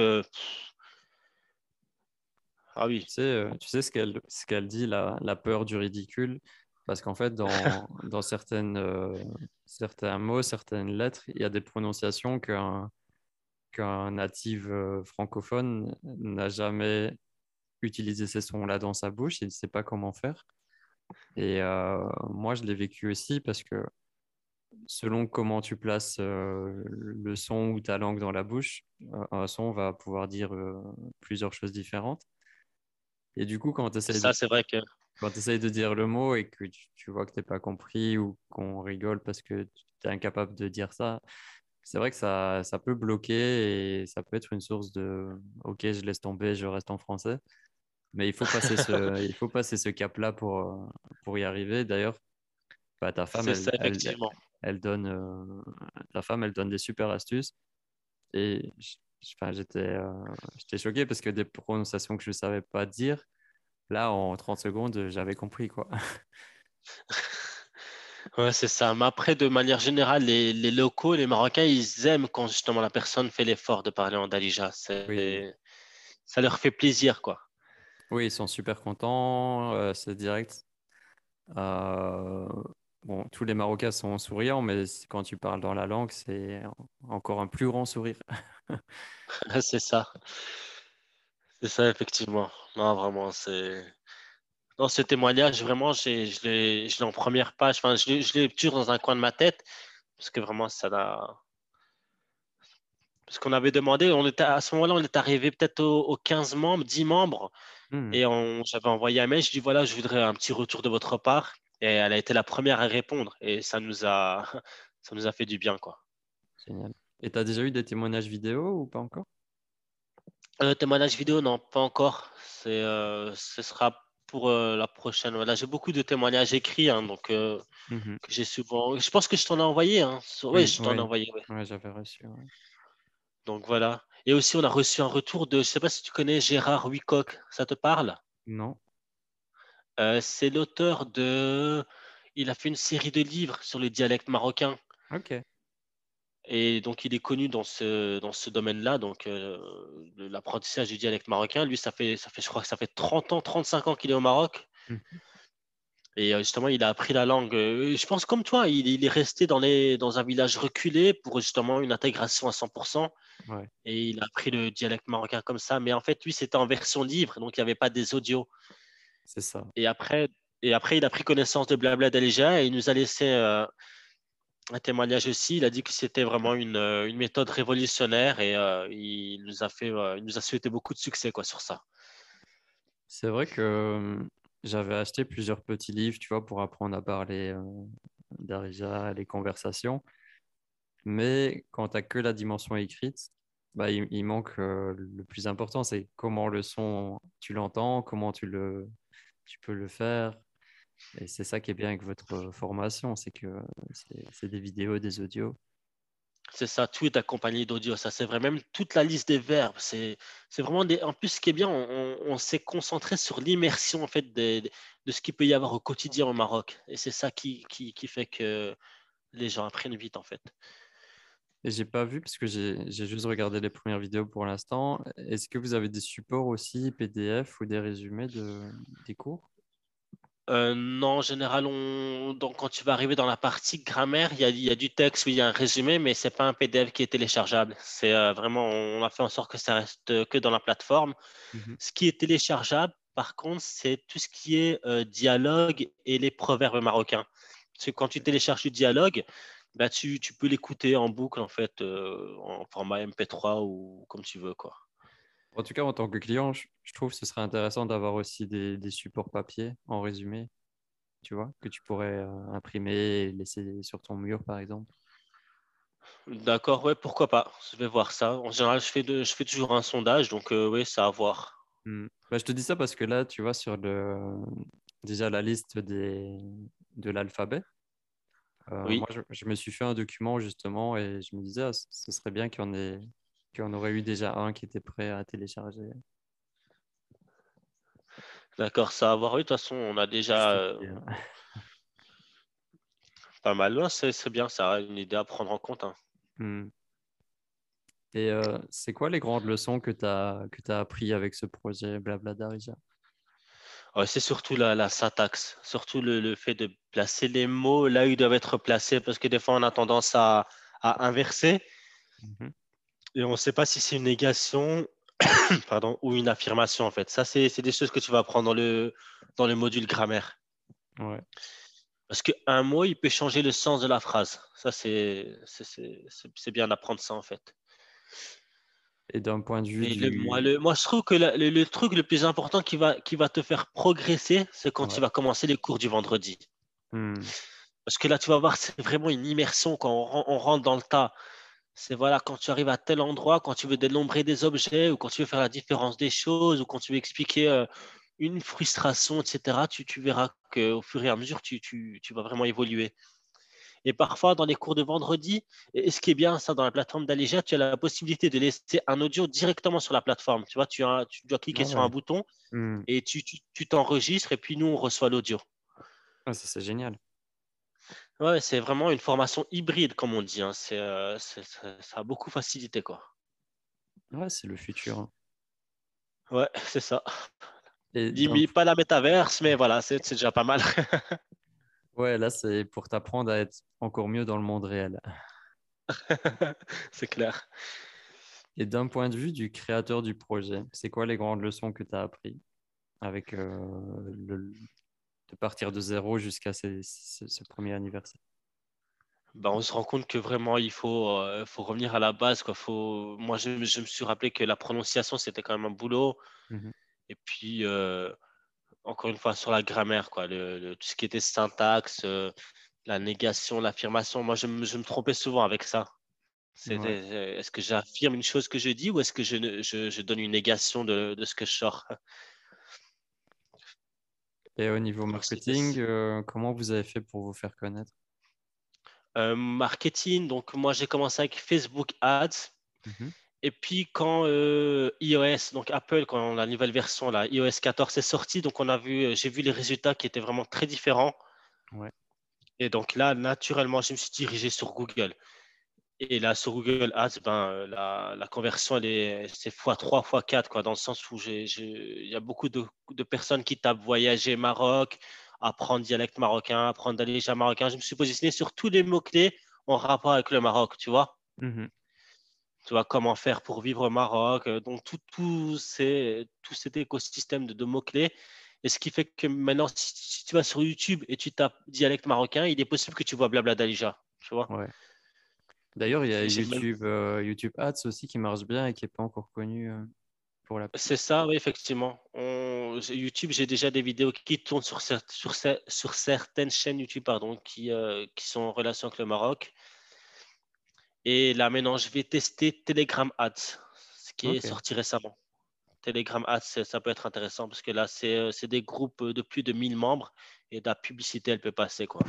Ah oui, tu sais ce qu'elle dit, la peur du ridicule, parce qu'en fait, dans certains mots, certaines lettres, il y a des prononciations qu'un natif francophone n'a jamais utilisé ces sons-là dans sa bouche, il ne sait pas comment faire. Et moi, je l'ai vécu aussi parce que selon comment tu places le son ou ta langue dans la bouche, un son va pouvoir dire plusieurs choses différentes. Et du coup, ça, c'est vrai que quand tu essayes de dire le mot et que tu vois que t'es pas compris ou qu'on rigole parce que tu es incapable de dire ça, c'est vrai que ça peut bloquer et ça peut être une source de OK, je laisse tomber, je reste en français. Mais il faut passer ce cap-là pour y arriver. D'ailleurs, bah, c'est ça, effectivement. elle donne, ta femme, elle donne des super astuces. Et enfin, j'étais choqué parce que des prononciations que je ne savais pas dire, là, en 30 secondes, j'avais compris, quoi. Ouais, c'est ça. Mais après, de manière générale, les locaux, les Marocains, ils aiment quand justement la personne fait l'effort de parler en Dalija. Oui, Ça leur fait plaisir, quoi. oui, ils sont super contents, c'est direct. Euh, bon, tous les Marocains sont souriants, mais quand tu parles dans la langue, c'est encore un plus grand sourire. C'est ça. C'est ça, effectivement. Non, vraiment, c'est. Dans ce témoignage, vraiment, je l'ai en première page. Enfin, je l'ai toujours dans un coin de ma tête. Parce que vraiment, ça l'a. Parce qu'on avait demandé, à ce moment-là, on est arrivé peut-être aux 15 membres, 10 membres. Hmm, Et j'avais envoyé un mail. Je dis voilà, je voudrais un petit retour de votre part. Et elle a été la première à répondre. Et ça nous a fait du bien, quoi. génial. Et tu as déjà eu des témoignages vidéo ou pas encore? Témoignage vidéo, non, pas encore. Ce sera pour la prochaine. Voilà, j'ai beaucoup de témoignages écrits, hein, donc Mhm. que j'ai souvent. Je pense que je t'en ai envoyé. Hein. Oui, Oui, je t'en ai oui, envoyé. Ouais. ouais, j'avais reçu. Ouais. Donc voilà. Et aussi, on a reçu un retour de. Je sais pas si tu connais Gérard Wicoq. Ça te parle? Non? C'est l'auteur de. Il a fait une série de livres sur le dialecte marocain. Ok. Et donc, il est connu dans ce domaine-là, donc l'apprentissage du dialecte marocain. Lui, je crois que ça fait 30 ans, 35 ans qu'il est au Maroc. Mhm. Et justement, il a appris la langue. Je pense comme toi, il est resté dans un village reculé pour justement une intégration à 100%. Ouais, Et il a appris le dialecte marocain comme ça. Mais en fait, lui, c'était en version libre, donc il n'y avait pas des audios. c'est ça. Et après, et après, il a pris connaissance de Blabla d'Aléja et il nous a laissé un témoignage aussi. Il a dit que c'était vraiment une méthode révolutionnaire et il nous a souhaité beaucoup de succès quoi, sur ça. C'est vrai que j'avais acheté plusieurs petits livres, tu vois, pour apprendre à parler d'Arija, les conversations. Mais quand tu n'as que la dimension écrite, bah, il manque le plus important, c'est comment le son, tu l'entends, comment tu peux le faire. Et c'est ça qui est bien avec votre formation, c'est que c'est des vidéos, des audios. C'est ça, tout est accompagné d'audio. Ça, c'est vrai. Même toute la liste des verbes. C'est vraiment des. En plus, ce qui est bien, on s'est concentré sur l'immersion en fait de ce qu'il peut y avoir au quotidien au Maroc. Et c'est ça qui fait que les gens apprennent vite en fait. Et j'ai pas vu parce que j'ai juste regardé les premières vidéos pour l'instant. Est-ce que vous avez des supports aussi, PDF ou des résumés des cours? Non, en général, donc, quand tu vas arriver dans la partie grammaire, il y a du texte où il y a un résumé, mais c'est pas un PDF qui est téléchargeable. C'est vraiment, on a fait en sorte que ça reste que dans la plateforme. Mhm. Ce qui est téléchargeable, par contre, c'est tout ce qui est dialogue et les proverbes marocains. Parce que quand tu télécharges du dialogue, bah, tu peux l'écouter en boucle, en fait, en format MP3 ou comme tu veux, quoi. En tout cas, en tant que client, je trouve que ce serait intéressant d'avoir aussi des supports papier en résumé, tu vois, que tu pourrais imprimer et laisser sur ton mur, par exemple. D'accord, ouais, pourquoi pas. Je vais voir ça. En général, je fais toujours un sondage, donc oui, ça à voir. Hmm. Bah, je te dis ça parce que là, tu vois, sur déjà la liste de l'alphabet, moi, Oui, je me suis fait un document justement et je me disais, ah, ce serait bien qu'il y en aurait eu déjà un qui était prêt à télécharger. d'accord, ça à voir. Oui, de toute façon, on a Juste déjà te dire. pas mal. Ouais, c'est bien, ça, une idée à prendre en compte, hein. Hmm. Et c'est quoi les grandes leçons que tu appris avec ce projet Blabla Darija? Ouais, c'est surtout la syntaxe, surtout le fait de placer les mots là où ils doivent être placés, parce que des fois, on a tendance à inverser Mhm. et on ne sait pas si c'est une négation pardon, ou une affirmation, en fait. Ça, c'est des choses que tu vas apprendre dans le module grammaire. Ouais. Parce qu'un mot, il peut changer le sens de la phrase. Ça, c'est bien d'apprendre ça, en fait. Et d'un point de vue Mais du... moi, je trouve que le truc le plus important qui va te faire progresser, c'est quand tu Ouais. vas commencer les cours du vendredi. Hmm. Parce que là, tu vas voir, c'est vraiment une immersion quand on rentre dans le tas. C'est voilà, quand tu arrives à tel endroit, quand tu veux dénombrer des objets, ou quand tu veux faire la différence des choses, ou quand tu veux expliquer une frustration, etc., tu verras qu'au fur et à mesure, tu vas vraiment évoluer. Et parfois, dans les cours de vendredi, et ce qui est bien, ça, dans la plateforme d'Alégia, tu as la possibilité de laisser un audio directement sur la plateforme. Tu vois, tu dois cliquer Ah sur un ouais. bouton Hmm. et tu t'enregistres, et puis nous, on reçoit l'audio. Ah, ça, c'est génial. Ouais, c'est vraiment une formation hybride, comme on dit, hein. Ça a beaucoup facilité, quoi. Ouais, c'est le futur, hein. Ouais, c'est ça. Et Limite, pas la métaverse, mais voilà, c'est déjà pas mal. ouais, là, c'est pour t'apprendre à être encore mieux dans le monde réel. C'est clair. Et d'un point de vue du créateur du projet, c'est quoi les grandes leçons que tu as appris avec de partir de zéro jusqu'à ce premier anniversaire? Ben, on se rend compte que vraiment, faut revenir à la base, quoi. Moi, je me suis rappelé que la prononciation, c'était quand même un boulot. Mhm. Et puis, encore une fois, sur la grammaire, quoi. Tout ce qui était syntaxe, la négation, l'affirmation. Moi, je me trompais souvent avec ça. Ouais. Est-ce que j'affirme une chose que je dis ou est-ce que je donne une négation de ce que je sors? Et au niveau Donc, marketing, comment vous avez fait pour vous faire connaître? marketing, donc moi, j'ai commencé avec Facebook Ads. Mhm. Et puis quand iOS, donc Apple, quand la nouvelle version, là, iOS 14 est sortie, donc j'ai vu les résultats qui étaient vraiment très différents. Ouais. Et donc là, naturellement, je me suis dirigé sur Google. Et là, sur Google Ads, ben, la conversion, c'est x3, x4, quoi, dans le sens où il y a beaucoup de personnes qui tapent voyager Maroc, apprendre dialecte marocain, apprendre déjà marocain. Je me suis positionné sur tous les mots-clés en rapport avec le Maroc, tu vois. Mhm. Tu vois, comment faire pour vivre au Maroc. Donc, tout cet écosystème de mots-clés. Et ce qui fait que maintenant, si tu vas sur YouTube et tu tapes dialecte marocain, il est possible que tu vois Blabla Dalija, tu vois. Ouais. D'ailleurs, il y a Et j'ai même YouTube Ads aussi qui marche bien et qui n'est pas encore connu pour la pub. C'est ça, oui, effectivement. YouTube, j'ai déjà des vidéos qui tournent sur certaines chaînes YouTube, pardon, qui sont en relation avec le Maroc. Et là, maintenant, je vais tester Telegram Ads, ce qui est Ok. sorti récemment. Telegram Ads, ça peut être intéressant parce que là, c'est des groupes de plus de 1000 membres et la publicité, elle peut passer, quoi.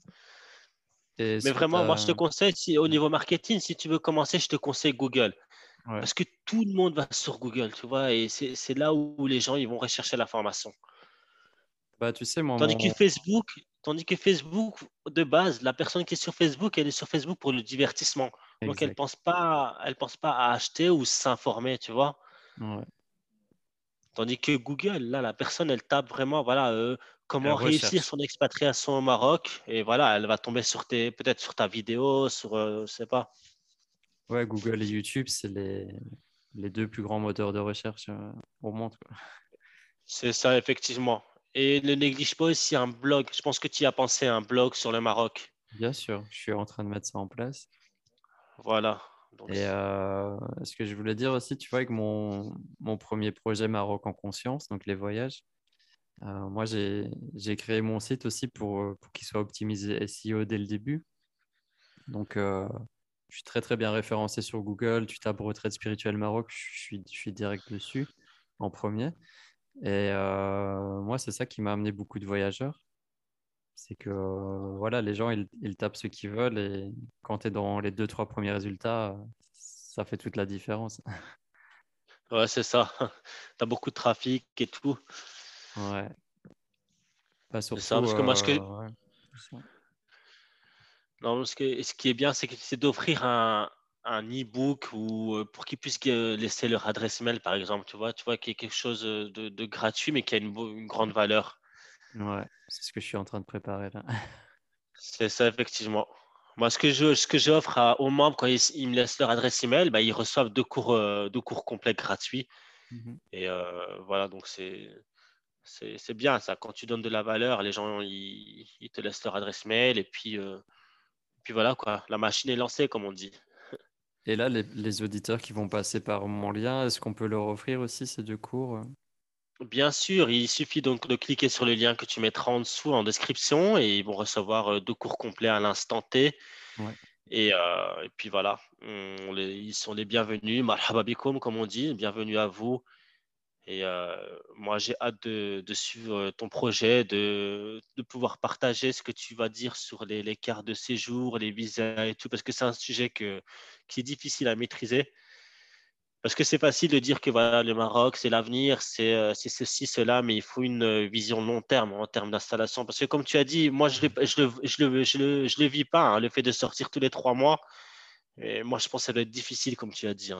Et Mais est-ce que tu vraiment, moi, je te as... conseille, si, au niveau marketing, si tu veux commencer, je te conseille Google. Ouais. Parce que tout le monde va sur Google, tu vois, et c'est là où les gens ils vont rechercher l'information. Bah, tu sais, moi, Tandis que mon... Facebook, tandis que Facebook, de base, la personne qui est sur Facebook, elle est sur Facebook pour le divertissement. Donc, Exact. elle pense pas à acheter ou s'informer, tu vois. Ouais. Tandis que Google, là, la personne, elle tape vraiment, voilà, Elle comment réussir recherche. son expatriation au Maroc. Et voilà, elle va tomber peut-être sur ta vidéo, sur, je sais pas. Ouais, Google et YouTube, c'est les deux plus grands moteurs de recherche au monde, quoi. C'est ça, effectivement. Et ne néglige pas aussi un blog. Je pense que tu y as pensé, un blog sur le Maroc. Bien sûr, je suis en train de mettre ça en place. Voilà. Donc, Et ce que je voulais dire aussi, tu vois, avec mon premier projet Maroc en conscience, donc les voyages, moi, j'ai créé mon site aussi pour qu'il soit optimisé SEO dès le début. Donc, je suis très, très bien référencé sur Google. Tu tapes retraite spirituelle Maroc, je suis direct dessus en premier. Et moi, c'est ça qui m'a amené beaucoup de voyageurs. C'est que voilà, les gens, ils tapent ce qu'ils veulent et quand tu es dans les deux, trois premiers résultats, ça fait toute la différence. ouais, c'est ça. Tu as beaucoup de trafic et tout. Ouais, pas C'est ça. surtout. Parce que moi, Ouais, c'est ça. non, ce qui est bien, c'est d'offrir un e-book ou pour qu'ils puissent laisser leur adresse mail, par exemple. Tu vois qu'il y a quelque chose de gratuit, mais qui a une grande valeur. Ouais, c'est ce que je suis en train de préparer là. C'est ça, effectivement. Moi, ce que j'offre aux membres quand ils me laissent leur adresse email, bah, ils reçoivent deux cours complets gratuits. Mhm. Et voilà, donc c'est bien ça. Quand tu donnes de la valeur, les gens, ils te laissent leur adresse mail et puis voilà, quoi. La machine est lancée, comme on dit. Et là, les auditeurs qui vont passer par mon lien, est-ce qu'on peut leur offrir aussi ces deux cours? Bien sûr, il suffit donc de cliquer sur le lien que tu mettras en dessous en description et ils vont recevoir deux cours complets à l'instant T. Ouais. Et puis voilà, ils sont les bienvenus. Marhaba bikoum, comme on dit, bienvenue à vous. Et moi, j'ai hâte de suivre ton projet, de pouvoir partager ce que tu vas dire sur les cartes de séjour, les visas et tout, parce que c'est un sujet qui est difficile à maîtriser. Parce que c'est facile de dire que voilà, le Maroc, c'est l'avenir, c'est ceci, cela, mais il faut une vision long terme en termes d'installation. Parce que comme tu as dit, moi, je le vis pas, hein, le fait de sortir tous les 3 mois. Et moi, je pense que ça doit être difficile, comme tu as dit, hein.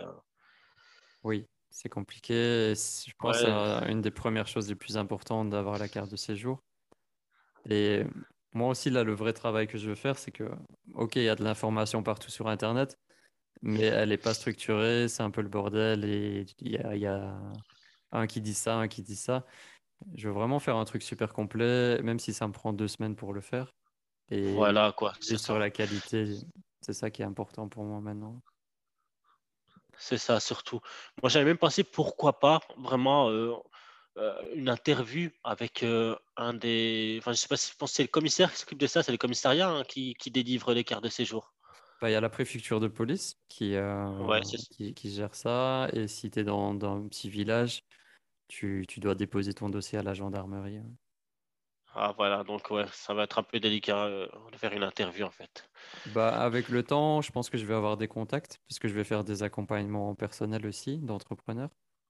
Oui, c'est compliqué. Je pense que c'est Ouais, une des premières choses les plus importantes d'avoir la carte de séjour. Et moi aussi, là, le vrai travail que je veux faire, c'est que, OK, il y a de l'information partout sur Internet, mais elle n'est pas structurée, c'est un peu le bordel et il y a un qui dit ça, un qui dit ça. Je veux vraiment faire un truc super complet, même si ça me prend 2 semaines pour le faire. Et voilà, quoi, miser c'est sur ça. la qualité, c'est ça qui est important pour moi maintenant. C'est ça, surtout. Moi, j'avais même pensé, pourquoi pas, vraiment, une interview avec un des. Enfin, je sais pas si je pense que c'est le commissaire qui s'occupe de ça, c'est le commissariat hein, qui délivre les cartes de séjour. Bah, il y a la préfecture de police Ouais, c'est ça. qui gère ça. Et si tu es dans un petit village, tu dois déposer ton dossier à la gendarmerie. Ouais. Ah, voilà, donc ouais, ça va être un peu délicat de faire une interview en fait. Bah, avec le temps, je pense que je vais avoir des contacts, puisque je vais faire des accompagnements personnels aussi d'entrepreneurs.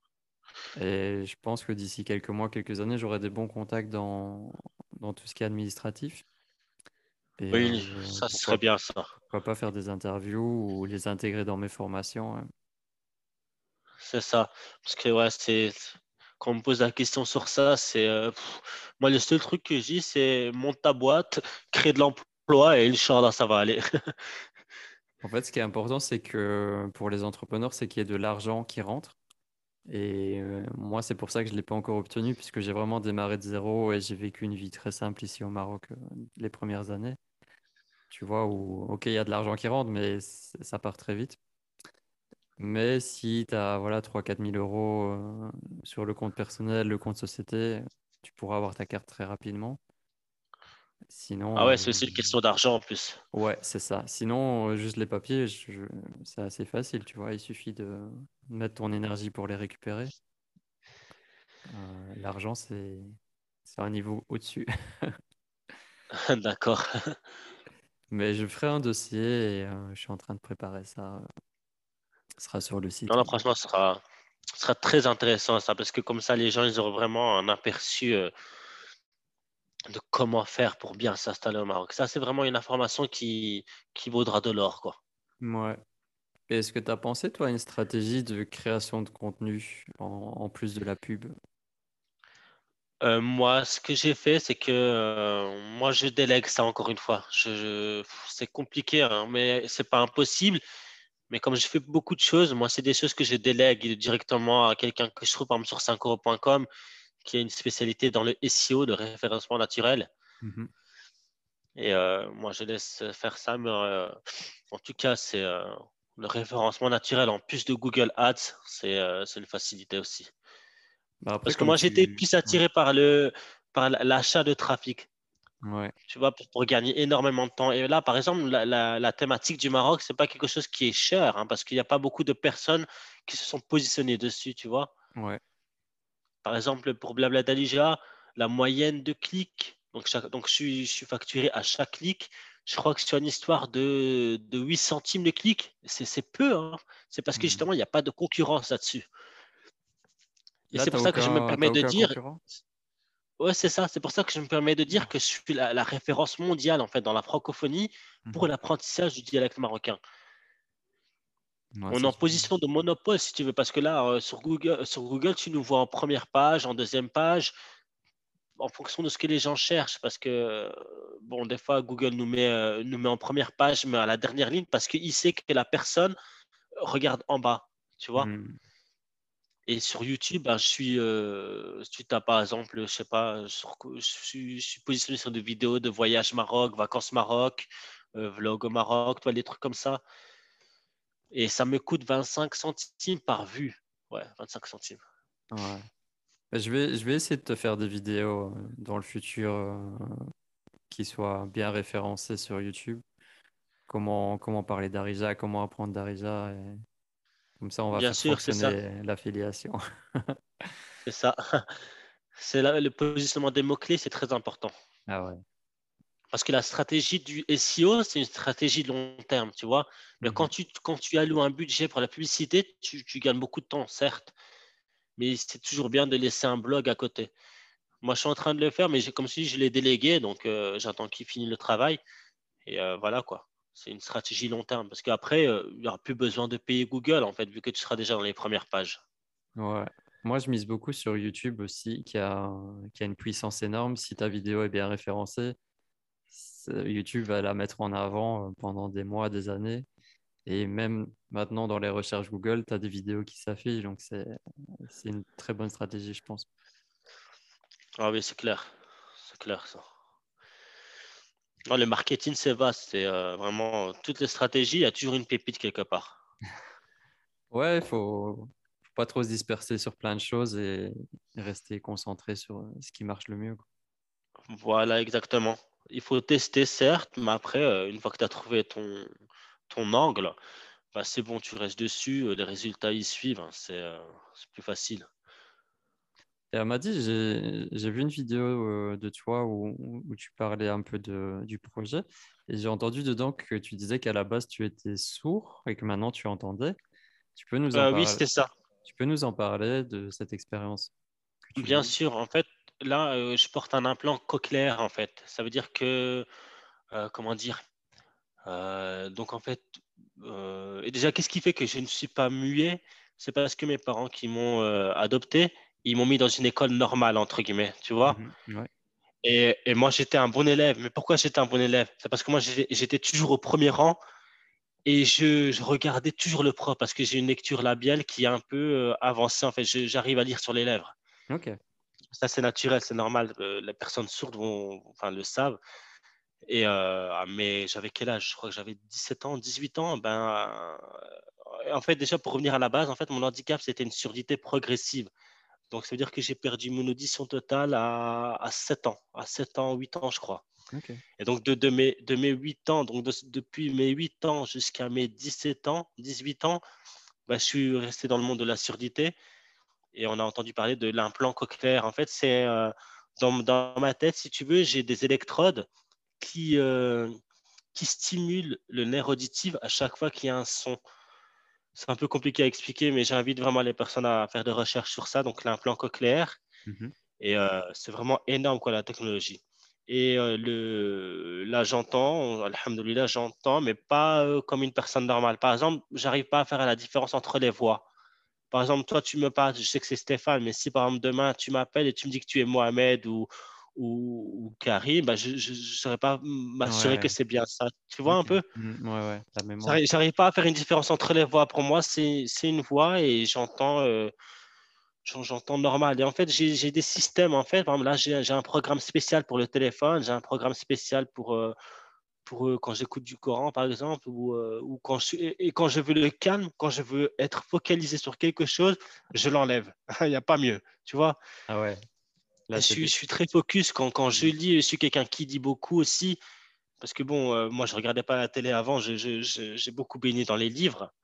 Et je pense que d'ici quelques mois, quelques années, j'aurai des bons contacts dans tout ce qui est administratif. Et Oui, ça serait bien ça. pourquoi pas faire des interviews ou les intégrer dans mes formations, hein. C'est ça. Parce que ouais, quand on me pose la question sur ça, moi le seul truc que je dis, c'est monte ta boîte, crée de l'emploi et Inch'Allah, ça va aller. En fait, ce qui est important, c'est que pour les entrepreneurs, c'est qu'il y ait de l'argent qui rentre. Et moi, c'est pour ça que je ne l'ai pas encore obtenu, puisque j'ai vraiment démarré de zéro et j'ai vécu une vie très simple ici au Maroc les premières années. Tu vois, où, ok, il y a de l'argent qui rentre, mais ça part très vite. Mais si tu as voilà, 3 000 à 4 000 euros sur le compte personnel, le compte société, tu pourras avoir ta carte très rapidement. Ah Sinon, ouais, c'est aussi une question d'argent en plus. ouais, c'est ça. Sinon, juste les papiers, c'est assez facile, tu vois. Il suffit de mettre ton énergie pour les récupérer. L'argent, c'est un niveau au-dessus. D'accord. Mais je ferai un dossier et je suis en train de préparer ça. Ce sera sur le Non, site. non, franchement, ce sera très intéressant ça, parce que comme ça, les gens, ils auront vraiment un aperçu de comment faire pour bien s'installer au Maroc. Ça, c'est vraiment une information qui vaudra de l'or, quoi. Ouais. Et est-ce que tu as pensé, toi, à une stratégie de création de contenu en plus de la pub? Moi, ce que j'ai fait, c'est que moi, je délègue ça encore une fois. C'est compliqué, hein, mais c'est pas impossible. Mais comme je fais beaucoup de choses, moi, c'est des choses que je délègue directement à quelqu'un que je trouve, par exemple, sur 5euros.com, qui a une spécialité dans le SEO, le référencement naturel. Mhm. Et moi, je laisse faire ça. Mais en tout cas, c'est le référencement naturel en plus de Google Ads, c'est une facilité aussi. Bah après, Parce que comme moi, j'étais tu... plus Ouais. attiré par l'achat de trafic. Ouais. Tu vois, pour gagner énormément de temps. Et là, par exemple, la thématique du Maroc, c'est pas quelque chose qui est cher, hein, parce qu'il n'y a pas beaucoup de personnes qui se sont positionnées dessus, tu vois. Ouais. Par exemple, pour Blabla Dalija, la moyenne de clics, donc je suis facturé à chaque clic. Je crois que c'est une histoire de 8 centimes le clic. C'est peu, hein. C'est parce que Mhm. justement, il n'y a pas de concurrence là-dessus. Et Là, c'est pour ça que je me t'as permets de aucun dire, concurrent? ouais, c'est ça. C'est pour ça que je me permets de dire Oh. que je suis la référence mondiale en fait dans la francophonie pour Mhm. l'apprentissage du dialecte marocain. Ouais, On est c'est en super. position de monopole si tu veux, parce que là, sur Google, tu nous vois en première page, en deuxième page, en fonction de ce que les gens cherchent. Parce que, bon, des fois, Google nous met en première page, mais à la dernière ligne, parce qu'il sait que la personne regarde en bas, tu vois. Mhm. Et sur YouTube, ben, si tu tapes par exemple, je sais pas, je suis positionné sur des vidéos de voyage Maroc, vacances Maroc, vlog au Maroc, toi, des trucs comme ça. Et ça me coûte 25 centimes par vue. Ouais, 25 centimes. Ouais. Bah, je vais essayer de te faire des vidéos dans le futur qui soient bien référencées sur YouTube. Comment parler d'Arija, comment apprendre d'Arija. Comme ça, on va Bien faire sûr, c'est ça. fonctionner l'affiliation. C'est ça. Le positionnement des mots-clés, c'est très important. Ah ouais. Parce que la stratégie du SEO, c'est une stratégie de long terme, tu vois. Mais Mhm. quand tu alloues un budget pour la publicité, tu gagnes beaucoup de temps, certes. Mais c'est toujours bien de laisser un blog à côté. Moi, je suis en train de le faire, mais comme si je l'ai délégué, donc j'attends qu'il finisse le travail. Et voilà quoi. C'est une stratégie long terme. Parce qu'après, il n'y aura plus besoin de payer Google, en fait, vu que tu seras déjà dans les premières pages. Ouais. Moi, je mise beaucoup sur YouTube aussi, qui a une puissance énorme. Si ta vidéo est bien référencée, YouTube va la mettre en avant pendant des mois, des années. Et même maintenant, dans les recherches Google, tu as des vidéos qui s'affichent. Donc, c'est une très bonne stratégie, je pense. Ah oui, c'est clair. C'est clair, ça. Non, le marketing, c'est vaste. C'est vraiment toutes les stratégies, il y a toujours une pépite quelque part. Ouais, faut pas trop se disperser sur plein de choses et rester concentré sur ce qui marche le mieux, quoi. Voilà, exactement. Il faut tester, certes, mais après, une fois que tu as trouvé ton angle, bah, c'est bon, tu restes dessus, les résultats y suivent, hein, c'est plus facile. Et elle m'a dit, j'ai vu une vidéo de toi où tu parlais un peu du projet et j'ai entendu dedans que tu disais qu'à la base tu étais sourd et que maintenant tu entendais. Tu peux nous en Oui, parler, c'est ça. tu peux nous en parler de cette expérience que tu Bien vis? sûr, en fait, là, je porte un implant cochléaire, en fait. Ça veut dire que comment dire, donc en fait, et déjà, qu'est-ce qui fait que je ne suis pas muet? C'est parce que mes parents qui m'ont adopté, ils m'ont mis dans une école normale, entre guillemets, tu vois. Mhm. Ouais. Et moi, j'étais un bon élève. Mais pourquoi j'étais un bon élève? C'est parce que moi, j'étais toujours au premier rang et je regardais toujours le prof parce que j'ai une lecture labiale qui est un peu avancée. En fait, j'arrive à lire sur les lèvres. Ok. Ça, c'est naturel, c'est normal. Les personnes sourdes enfin, le savent. Mais j'avais quel âge? Je crois que j'avais 17 ans, 18 ans. En fait, déjà, pour revenir à la base, en fait, mon handicap, c'était une surdité progressive. Donc, ça veut dire que j'ai perdu mon audition totale à 7 ans, à 7 ans, 8 ans, je crois. Ok. Et donc, de mes 8 ans, donc depuis mes 8 ans jusqu'à mes 17 ans, 18 ans, bah, je suis resté dans le monde de la surdité et on a entendu parler de l'implant cochléaire. En fait, c'est dans ma tête, si tu veux, j'ai des électrodes qui, euh, qui stimulent le nerf auditif à chaque fois qu'il y a un son. C'est un peu compliqué à expliquer, mais j'invite vraiment les personnes à faire des recherches sur ça. Donc, l'implant cochléaire, Mhm. et c'est vraiment énorme, quoi, la technologie. Et là, j'entends, alhamdoulilah, j'entends, mais pas comme une personne normale. Par exemple, j'arrive pas à faire la différence entre les voix. Par exemple, toi, tu me parles, je sais que c'est Stéphane, mais si par exemple demain, tu m'appelles et tu me dis que tu es Mohamed ou Karim, bah, je ne saurais pas m'assurer que Ouais. c'est bien ça. Tu vois un Ok. peu? Ouais, ouais. La mémoire. J'arrive pas à faire une différence entre les voix. Pour moi, c'est une voix et j'entends normal. Et en fait, j'ai des systèmes. En fait, par exemple, là, j'ai un programme spécial pour le téléphone, j'ai un programme spécial pour quand j'écoute du Coran, par exemple, ou quand quand je veux le calme, quand je veux être focalisé sur quelque chose, je l'enlève. Il n'y a pas mieux, tu vois. Ah ouais. Et Là, je c'était. suis très focus quand je lis. Je suis quelqu'un qui dit beaucoup aussi, parce que bon, moi, je regardais pas la télé avant, j'ai beaucoup baigné dans les livres.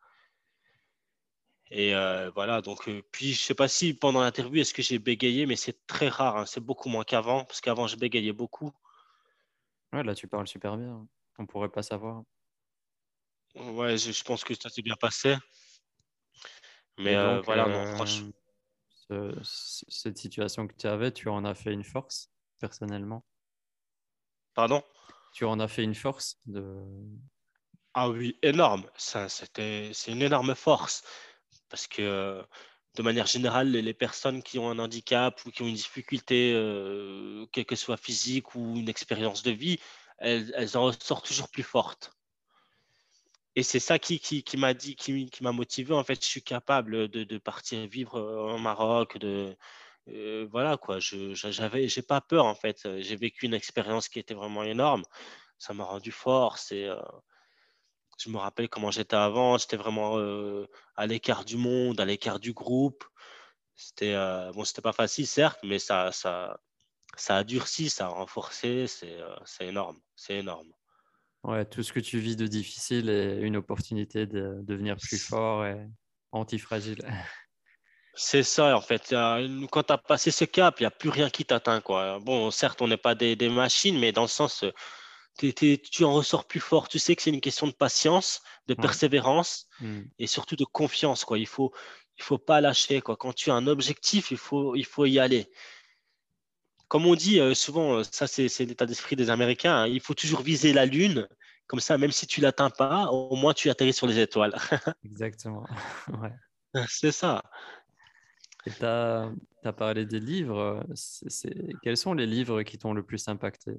Et voilà, donc, puis je sais pas si pendant l'interview, est-ce que j'ai bégayé, mais c'est très rare, hein, c'est beaucoup moins qu'avant, parce qu'avant, je bégayais beaucoup. Ouais, là, tu parles super bien. On pourrait pas savoir. Ouais, je pense que ça s'est bien passé. Mais Et donc, voilà, non, franchement. cette situation que tu avais, tu en as fait une force, personnellement. Pardon? Tu en as fait une force de. Ah oui, énorme. C'est une énorme force. Parce que de manière générale, les personnes qui ont un handicap ou qui ont une difficulté, quelle que soit physique ou une expérience de vie, elles en ressortent toujours plus fortes. Et c'est ça qui m'a dit, qui m'a motivé. En fait, je suis capable de partir vivre au Maroc, voilà quoi. J'ai pas peur en fait. J'ai vécu une expérience qui était vraiment énorme. Ça m'a rendu fort. Je me rappelle comment j'étais avant. J'étais vraiment à l'écart du monde, à l'écart du groupe. Bon, c'était pas facile certes, mais ça a durci, ça a renforcé. C'est énorme. C'est énorme. Ouais, tout ce que tu vis de difficile est une opportunité de devenir plus fort et antifragile. C'est ça, en fait. Quand tu as passé ce cap, il n'y a plus rien qui t'atteint, quoi. Bon, certes, on n'est pas des machines, mais dans le sens, tu en ressors plus fort. Tu sais que c'est une question de patience, de Ouais. persévérance Hmm. et surtout de confiance, quoi. Il faut pas lâcher, quoi. Quand tu as un objectif, il faut y aller. Comme on dit souvent, ça, c'est l'état d'esprit des Américains, hein, il faut toujours viser la lune. Comme ça, même si tu l'atteins pas, au moins tu atterris sur les étoiles. Exactement. Ouais. C'est ça. Et tu as parlé des livres. Quels sont les livres qui t'ont le plus impacté?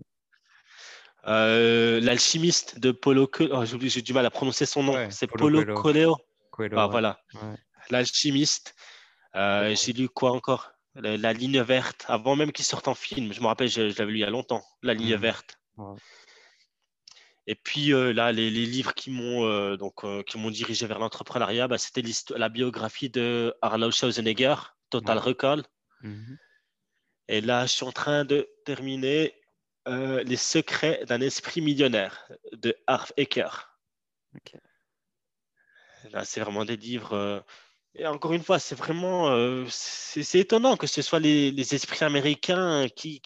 L'alchimiste de Paulo Coelho. Oh, j'ai du mal à prononcer son nom. Ouais, C'est Paulo Paulo Coelho. Coelho. Coelho, Ah, ouais. voilà. Ouais. L'alchimiste. Très J'ai beau. lu quoi encore? La ligne verte. Avant même qu'il sorte en film. Je me rappelle, je l'avais lu il y a longtemps. La ligne Hmm. verte. Ouais. Et puis là, les livres qui m'ont dirigé vers l'entrepreneuriat, bah, c'était la biographie de Arnold Schwarzenegger, Total Ouais. Recall. Mhm. Et là, je suis en train de terminer Les secrets d'un esprit millionnaire de Harv Eker. Ok. Là, c'est vraiment des livres. Et encore une fois, c'est vraiment. C'est étonnant que ce soit les esprits américains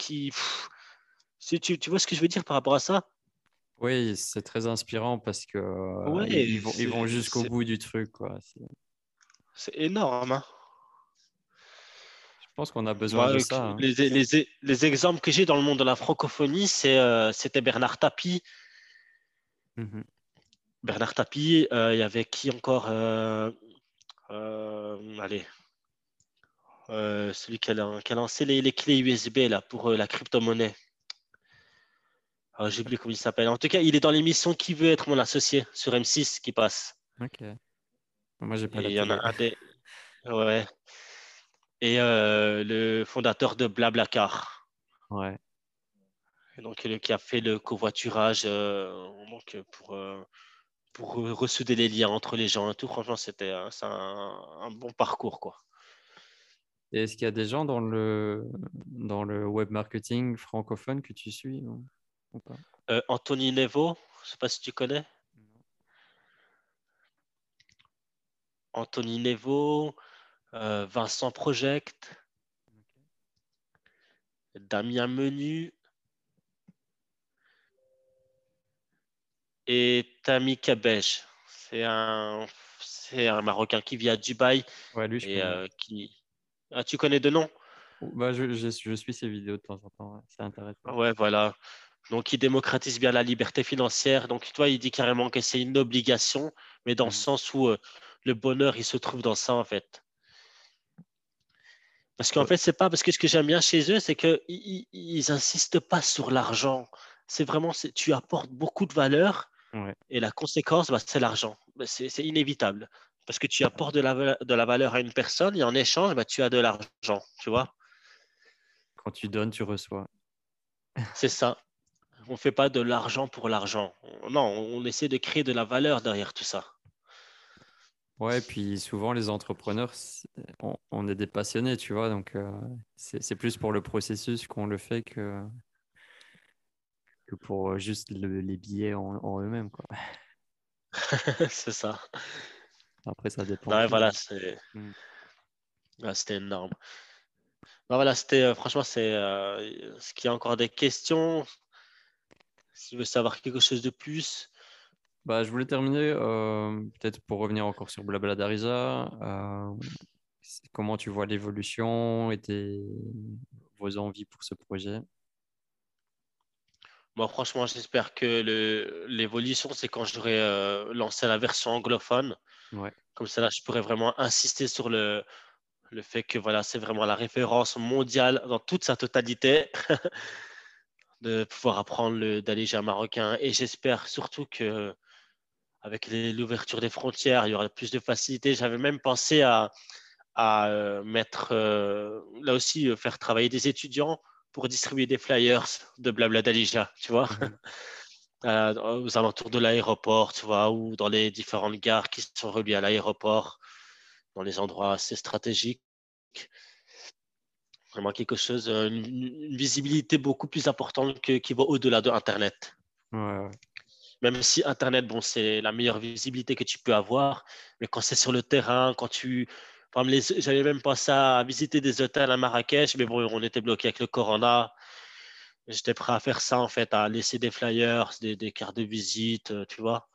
tu vois ce que je veux dire par rapport à ça? Oui, c'est très inspirant parce que Ouais, ils vont jusqu'au bout du truc, quoi. c'est énorme, hein. Je pense qu'on a besoin Moi, de ça, hein. les exemples que j'ai dans le monde de la francophonie, c'était Bernard Tapie. Mhm. Bernard Tapie, il y avait qui encore allez, celui qui a lancé les clés USB là, pour la crypto-monnaie. Ah, j'ai oublié comment il s'appelle. En tout cas, il est dans l'émission Qui veut être mon associé sur M6 qui passe. Ok. Moi, j'ai pas Et la il y en a télé. un des. Ouais. Et le fondateur de Blablacar. Ouais. Et donc, qui a fait le covoiturage donc, pour ressouder les liens entre les gens et tout. Franchement, c'est un bon parcours, quoi. Et est-ce qu'il y a des gens dans le web marketing francophone que tu suis ou pas? Anthony Nevo, je sais pas si tu connais. Anthony Nevo, Vincent Project, Damien Menu et Tami Kabej. C'est un, c'est un Marocain qui vit à Dubaï Ouais, lui, je et connais. qui. Ah, tu connais de nom? Bah, je suis ses vidéos de temps en temps. Ouais. C'est intéressant. Ouais, voilà. Donc, il démocratise bien la liberté financière. Donc, toi, il dit carrément que c'est une obligation, mais dans le Mhm. sens où le bonheur, il se trouve dans ça, en fait. Parce qu'en Ouais. fait, c'est pas parce que ce que j'aime bien chez eux, c'est qu'ils ils insistent pas sur l'argent. C'est vraiment, tu apportes beaucoup de valeur Ouais. et la conséquence, bah, c'est l'argent. Bah, c'est inévitable. Parce que tu apportes de la valeur à une personne et en échange, bah, tu as de l'argent. Tu vois? Quand tu donnes, tu reçois. C'est ça. On fait pas de l'argent pour l'argent. Non, on essaie de créer de la valeur derrière tout ça. Ouais, puis souvent, les entrepreneurs, on est des passionnés, tu vois. Donc, c'est plus pour le processus qu'on le fait que pour juste les billets en eux-mêmes, quoi. C'est ça. Après, ça dépend Ouais, qui. voilà, Mm. c'était énorme. Ben voilà, franchement, ce qu'il y a encore des questions. Si tu veux savoir quelque chose de plus, Bah, je voulais terminer, peut-être pour revenir encore sur Blabla Darija. Comment tu vois l'évolution et vos envies pour ce projet? moi franchement, j'espère que l'évolution, c'est quand j'aurai lancé la version anglophone. Ouais. Comme ça, là, je pourrais vraiment insister sur le fait que voilà, c'est vraiment la référence mondiale dans toute sa totalité de pouvoir apprendre le Dalija marocain. Et j'espère surtout que avec l'ouverture des frontières, il y aura plus de facilité. J'avais même pensé à mettre, là aussi, faire travailler des étudiants pour distribuer des flyers de Blabla Dalija, tu vois, Mhm. aux alentours de l'aéroport, tu vois, ou dans les différentes gares qui sont reliées à l'aéroport, dans les endroits assez stratégiques. Vraiment quelque chose, une visibilité beaucoup plus importante qui va au-delà de Internet. Ouais, ouais. Même si Internet, bon, c'est la meilleure visibilité que tu peux avoir, mais quand c'est sur le terrain, quand tu. Par exemple, j'avais même pensé à visiter des hôtels à Marrakech, mais bon, on était bloqué avec le corona. J'étais prêt à faire ça, en fait, à laisser des flyers, des cartes de visite, tu vois.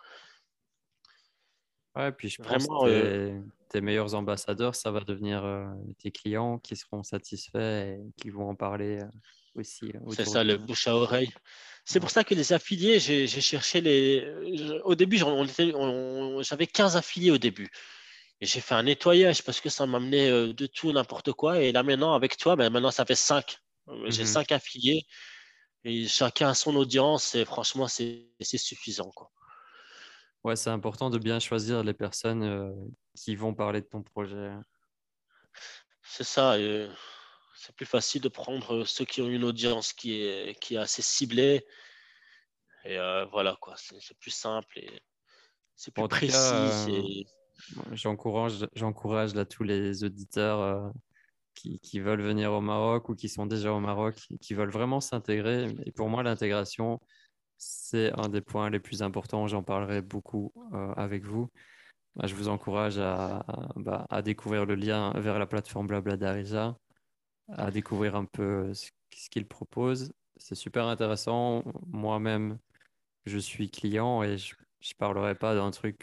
Ouais, puis je pense Vraiment, que tes meilleurs ambassadeurs, ça va devenir tes clients qui seront satisfaits et qui vont en parler aussi c'est autour ça, d'eux. le bouche à oreille. C'est Ouais. pour ça que les affiliés, j'ai cherché les. Au début, j'avais 15 affiliés au début. Et j'ai fait un nettoyage parce que ça m'amenait de tout, n'importe quoi. Et là, maintenant, avec toi, ben, maintenant, ça fait 5. J'ai Mhm. 5 affiliés et chacun a son audience. Et franchement, c'est suffisant, quoi. Ouais, c'est important de bien choisir les personnes qui vont parler de ton projet. C'est ça. C'est plus facile de prendre ceux qui ont une audience qui est assez ciblée. Et voilà, quoi. C'est plus simple et c'est Bon, plus en tout cas, précis. moi, j'encourage là tous les auditeurs qui veulent venir au Maroc ou qui sont déjà au Maroc, qui veulent vraiment s'intégrer. Et pour moi, l'intégration, c'est un des points les plus importants. J'en parlerai beaucoup avec vous. Bah, je vous encourage à découvrir le lien vers la plateforme Blabla d'Arisa, à découvrir un peu ce qu'il propose. C'est super intéressant. Moi-même, je suis client et je ne parlerai pas d'un truc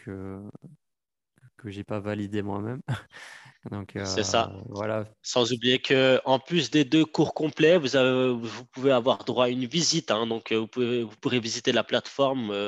que j'ai pas validé moi-même. Donc C'est ça. voilà. Sans oublier que en plus des 2 cours complets, vous pouvez avoir droit à une visite, hein. Donc vous pourrez visiter la plateforme.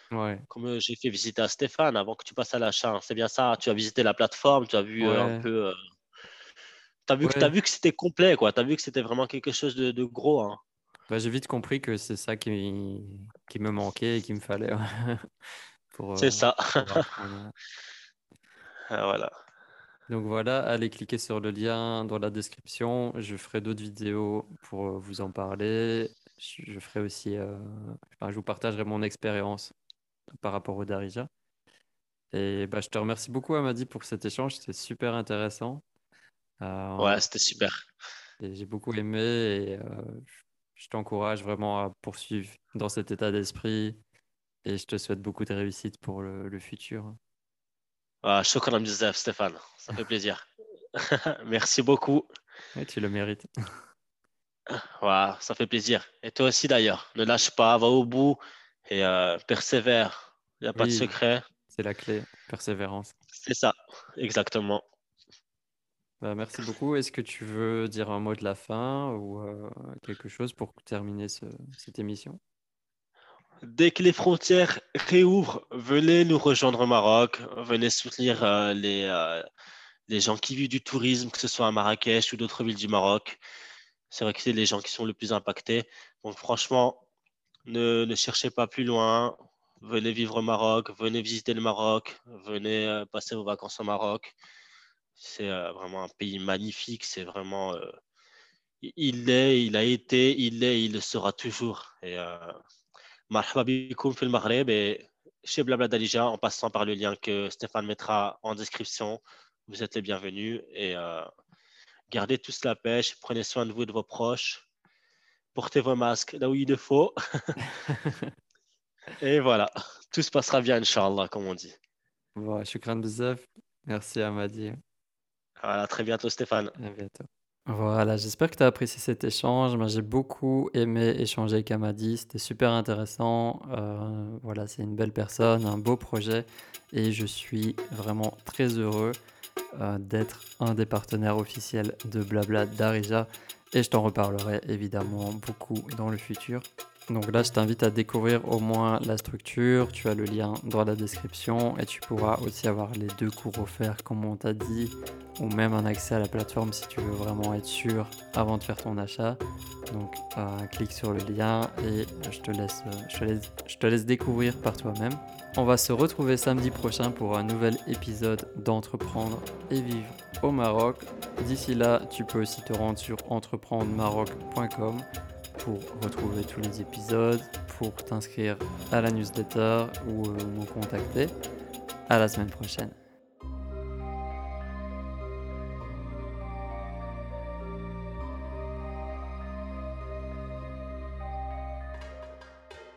Ouais, comme j'ai fait visiter à Stéphane avant que tu passes à l'achat, hein. C'est bien ça, tu as visité la plateforme, tu as vu un ouais, peu, t'as ouais. vu que c'était complet, quoi. Tu as vu que c'était vraiment quelque chose de gros, hein. Bah, j'ai vite compris que c'est ça qui me manquait et qu'il me fallait ouais, pour, C'est heu, ça. pour apprendre. Ah, voilà. Donc voilà, allez cliquer sur le lien dans la description. Je ferai d'autres vidéos pour vous en parler. Je ferai aussi, enfin, je vous partagerai mon expérience par rapport au Darija. Et bah, je te remercie beaucoup, Amadi, pour cet échange. C'était super intéressant. Ouais, Euh, c'était super. et j'ai beaucoup aimé et je t'encourage vraiment à poursuivre dans cet état d'esprit et je te souhaite beaucoup de réussite pour le futur. Ah, shukran bzaf, Stéphane. Ça fait plaisir. Merci beaucoup. Et tu le mérites. Ouais, ça fait plaisir. Et toi aussi d'ailleurs. Ne lâche pas, va au bout et persévère. Il n'y a pas de Oui, secret. c'est la clé, persévérance. C'est ça, exactement. Bah, merci beaucoup. Est-ce que tu veux dire un mot de la fin ou quelque chose pour terminer cette émission? Dès que les frontières réouvrent, venez nous rejoindre au Maroc. Venez soutenir les gens qui vivent du tourisme, que ce soit à Marrakech ou d'autres villes du Maroc. C'est vrai que c'est les gens qui sont le plus impactés. Donc franchement, ne cherchez pas plus loin. Venez vivre au Maroc, venez visiter le Maroc, venez passer vos vacances au Maroc. C'est vraiment un pays magnifique. C'est vraiment, il est, il a été, il est, il le sera toujours. Et marhaba bikoum fil Maghreb et chez Blabla Dalija, en passant par le lien que Stéphane mettra en description. Vous êtes les bienvenus et gardez tous la pêche. Prenez soin de vous et de vos proches. Portez vos masques là où il le faut. Et voilà, tout se passera bien, Inch'Allah, comme on dit. Bon, shukran bzaf. Merci, Amadi. Voilà, à très bientôt, Stéphane. À bientôt. Voilà, j'espère que tu as apprécié cet échange. Moi, j'ai beaucoup aimé échanger avec Amadi. C'était super intéressant. Voilà, c'est une belle personne, un beau projet. Et je suis vraiment très heureux d'être un des partenaires officiels de Blabla Darija. Et je t'en reparlerai évidemment beaucoup dans le futur. Donc là, je t'invite à découvrir au moins la structure. Tu as le lien dans la description et tu pourras aussi avoir les 2 cours offerts comme on t'a dit, ou même un accès à la plateforme si tu veux vraiment être sûr avant de faire ton achat. Donc clique sur le lien et je te laisse découvrir par toi-même. On va se retrouver samedi prochain pour un nouvel épisode d'Entreprendre et vivre au Maroc. D'ici là, tu peux aussi te rendre sur entreprendremaroc.com pour retrouver tous les épisodes, pour t'inscrire à la newsletter ou me contacter. À la semaine prochaine.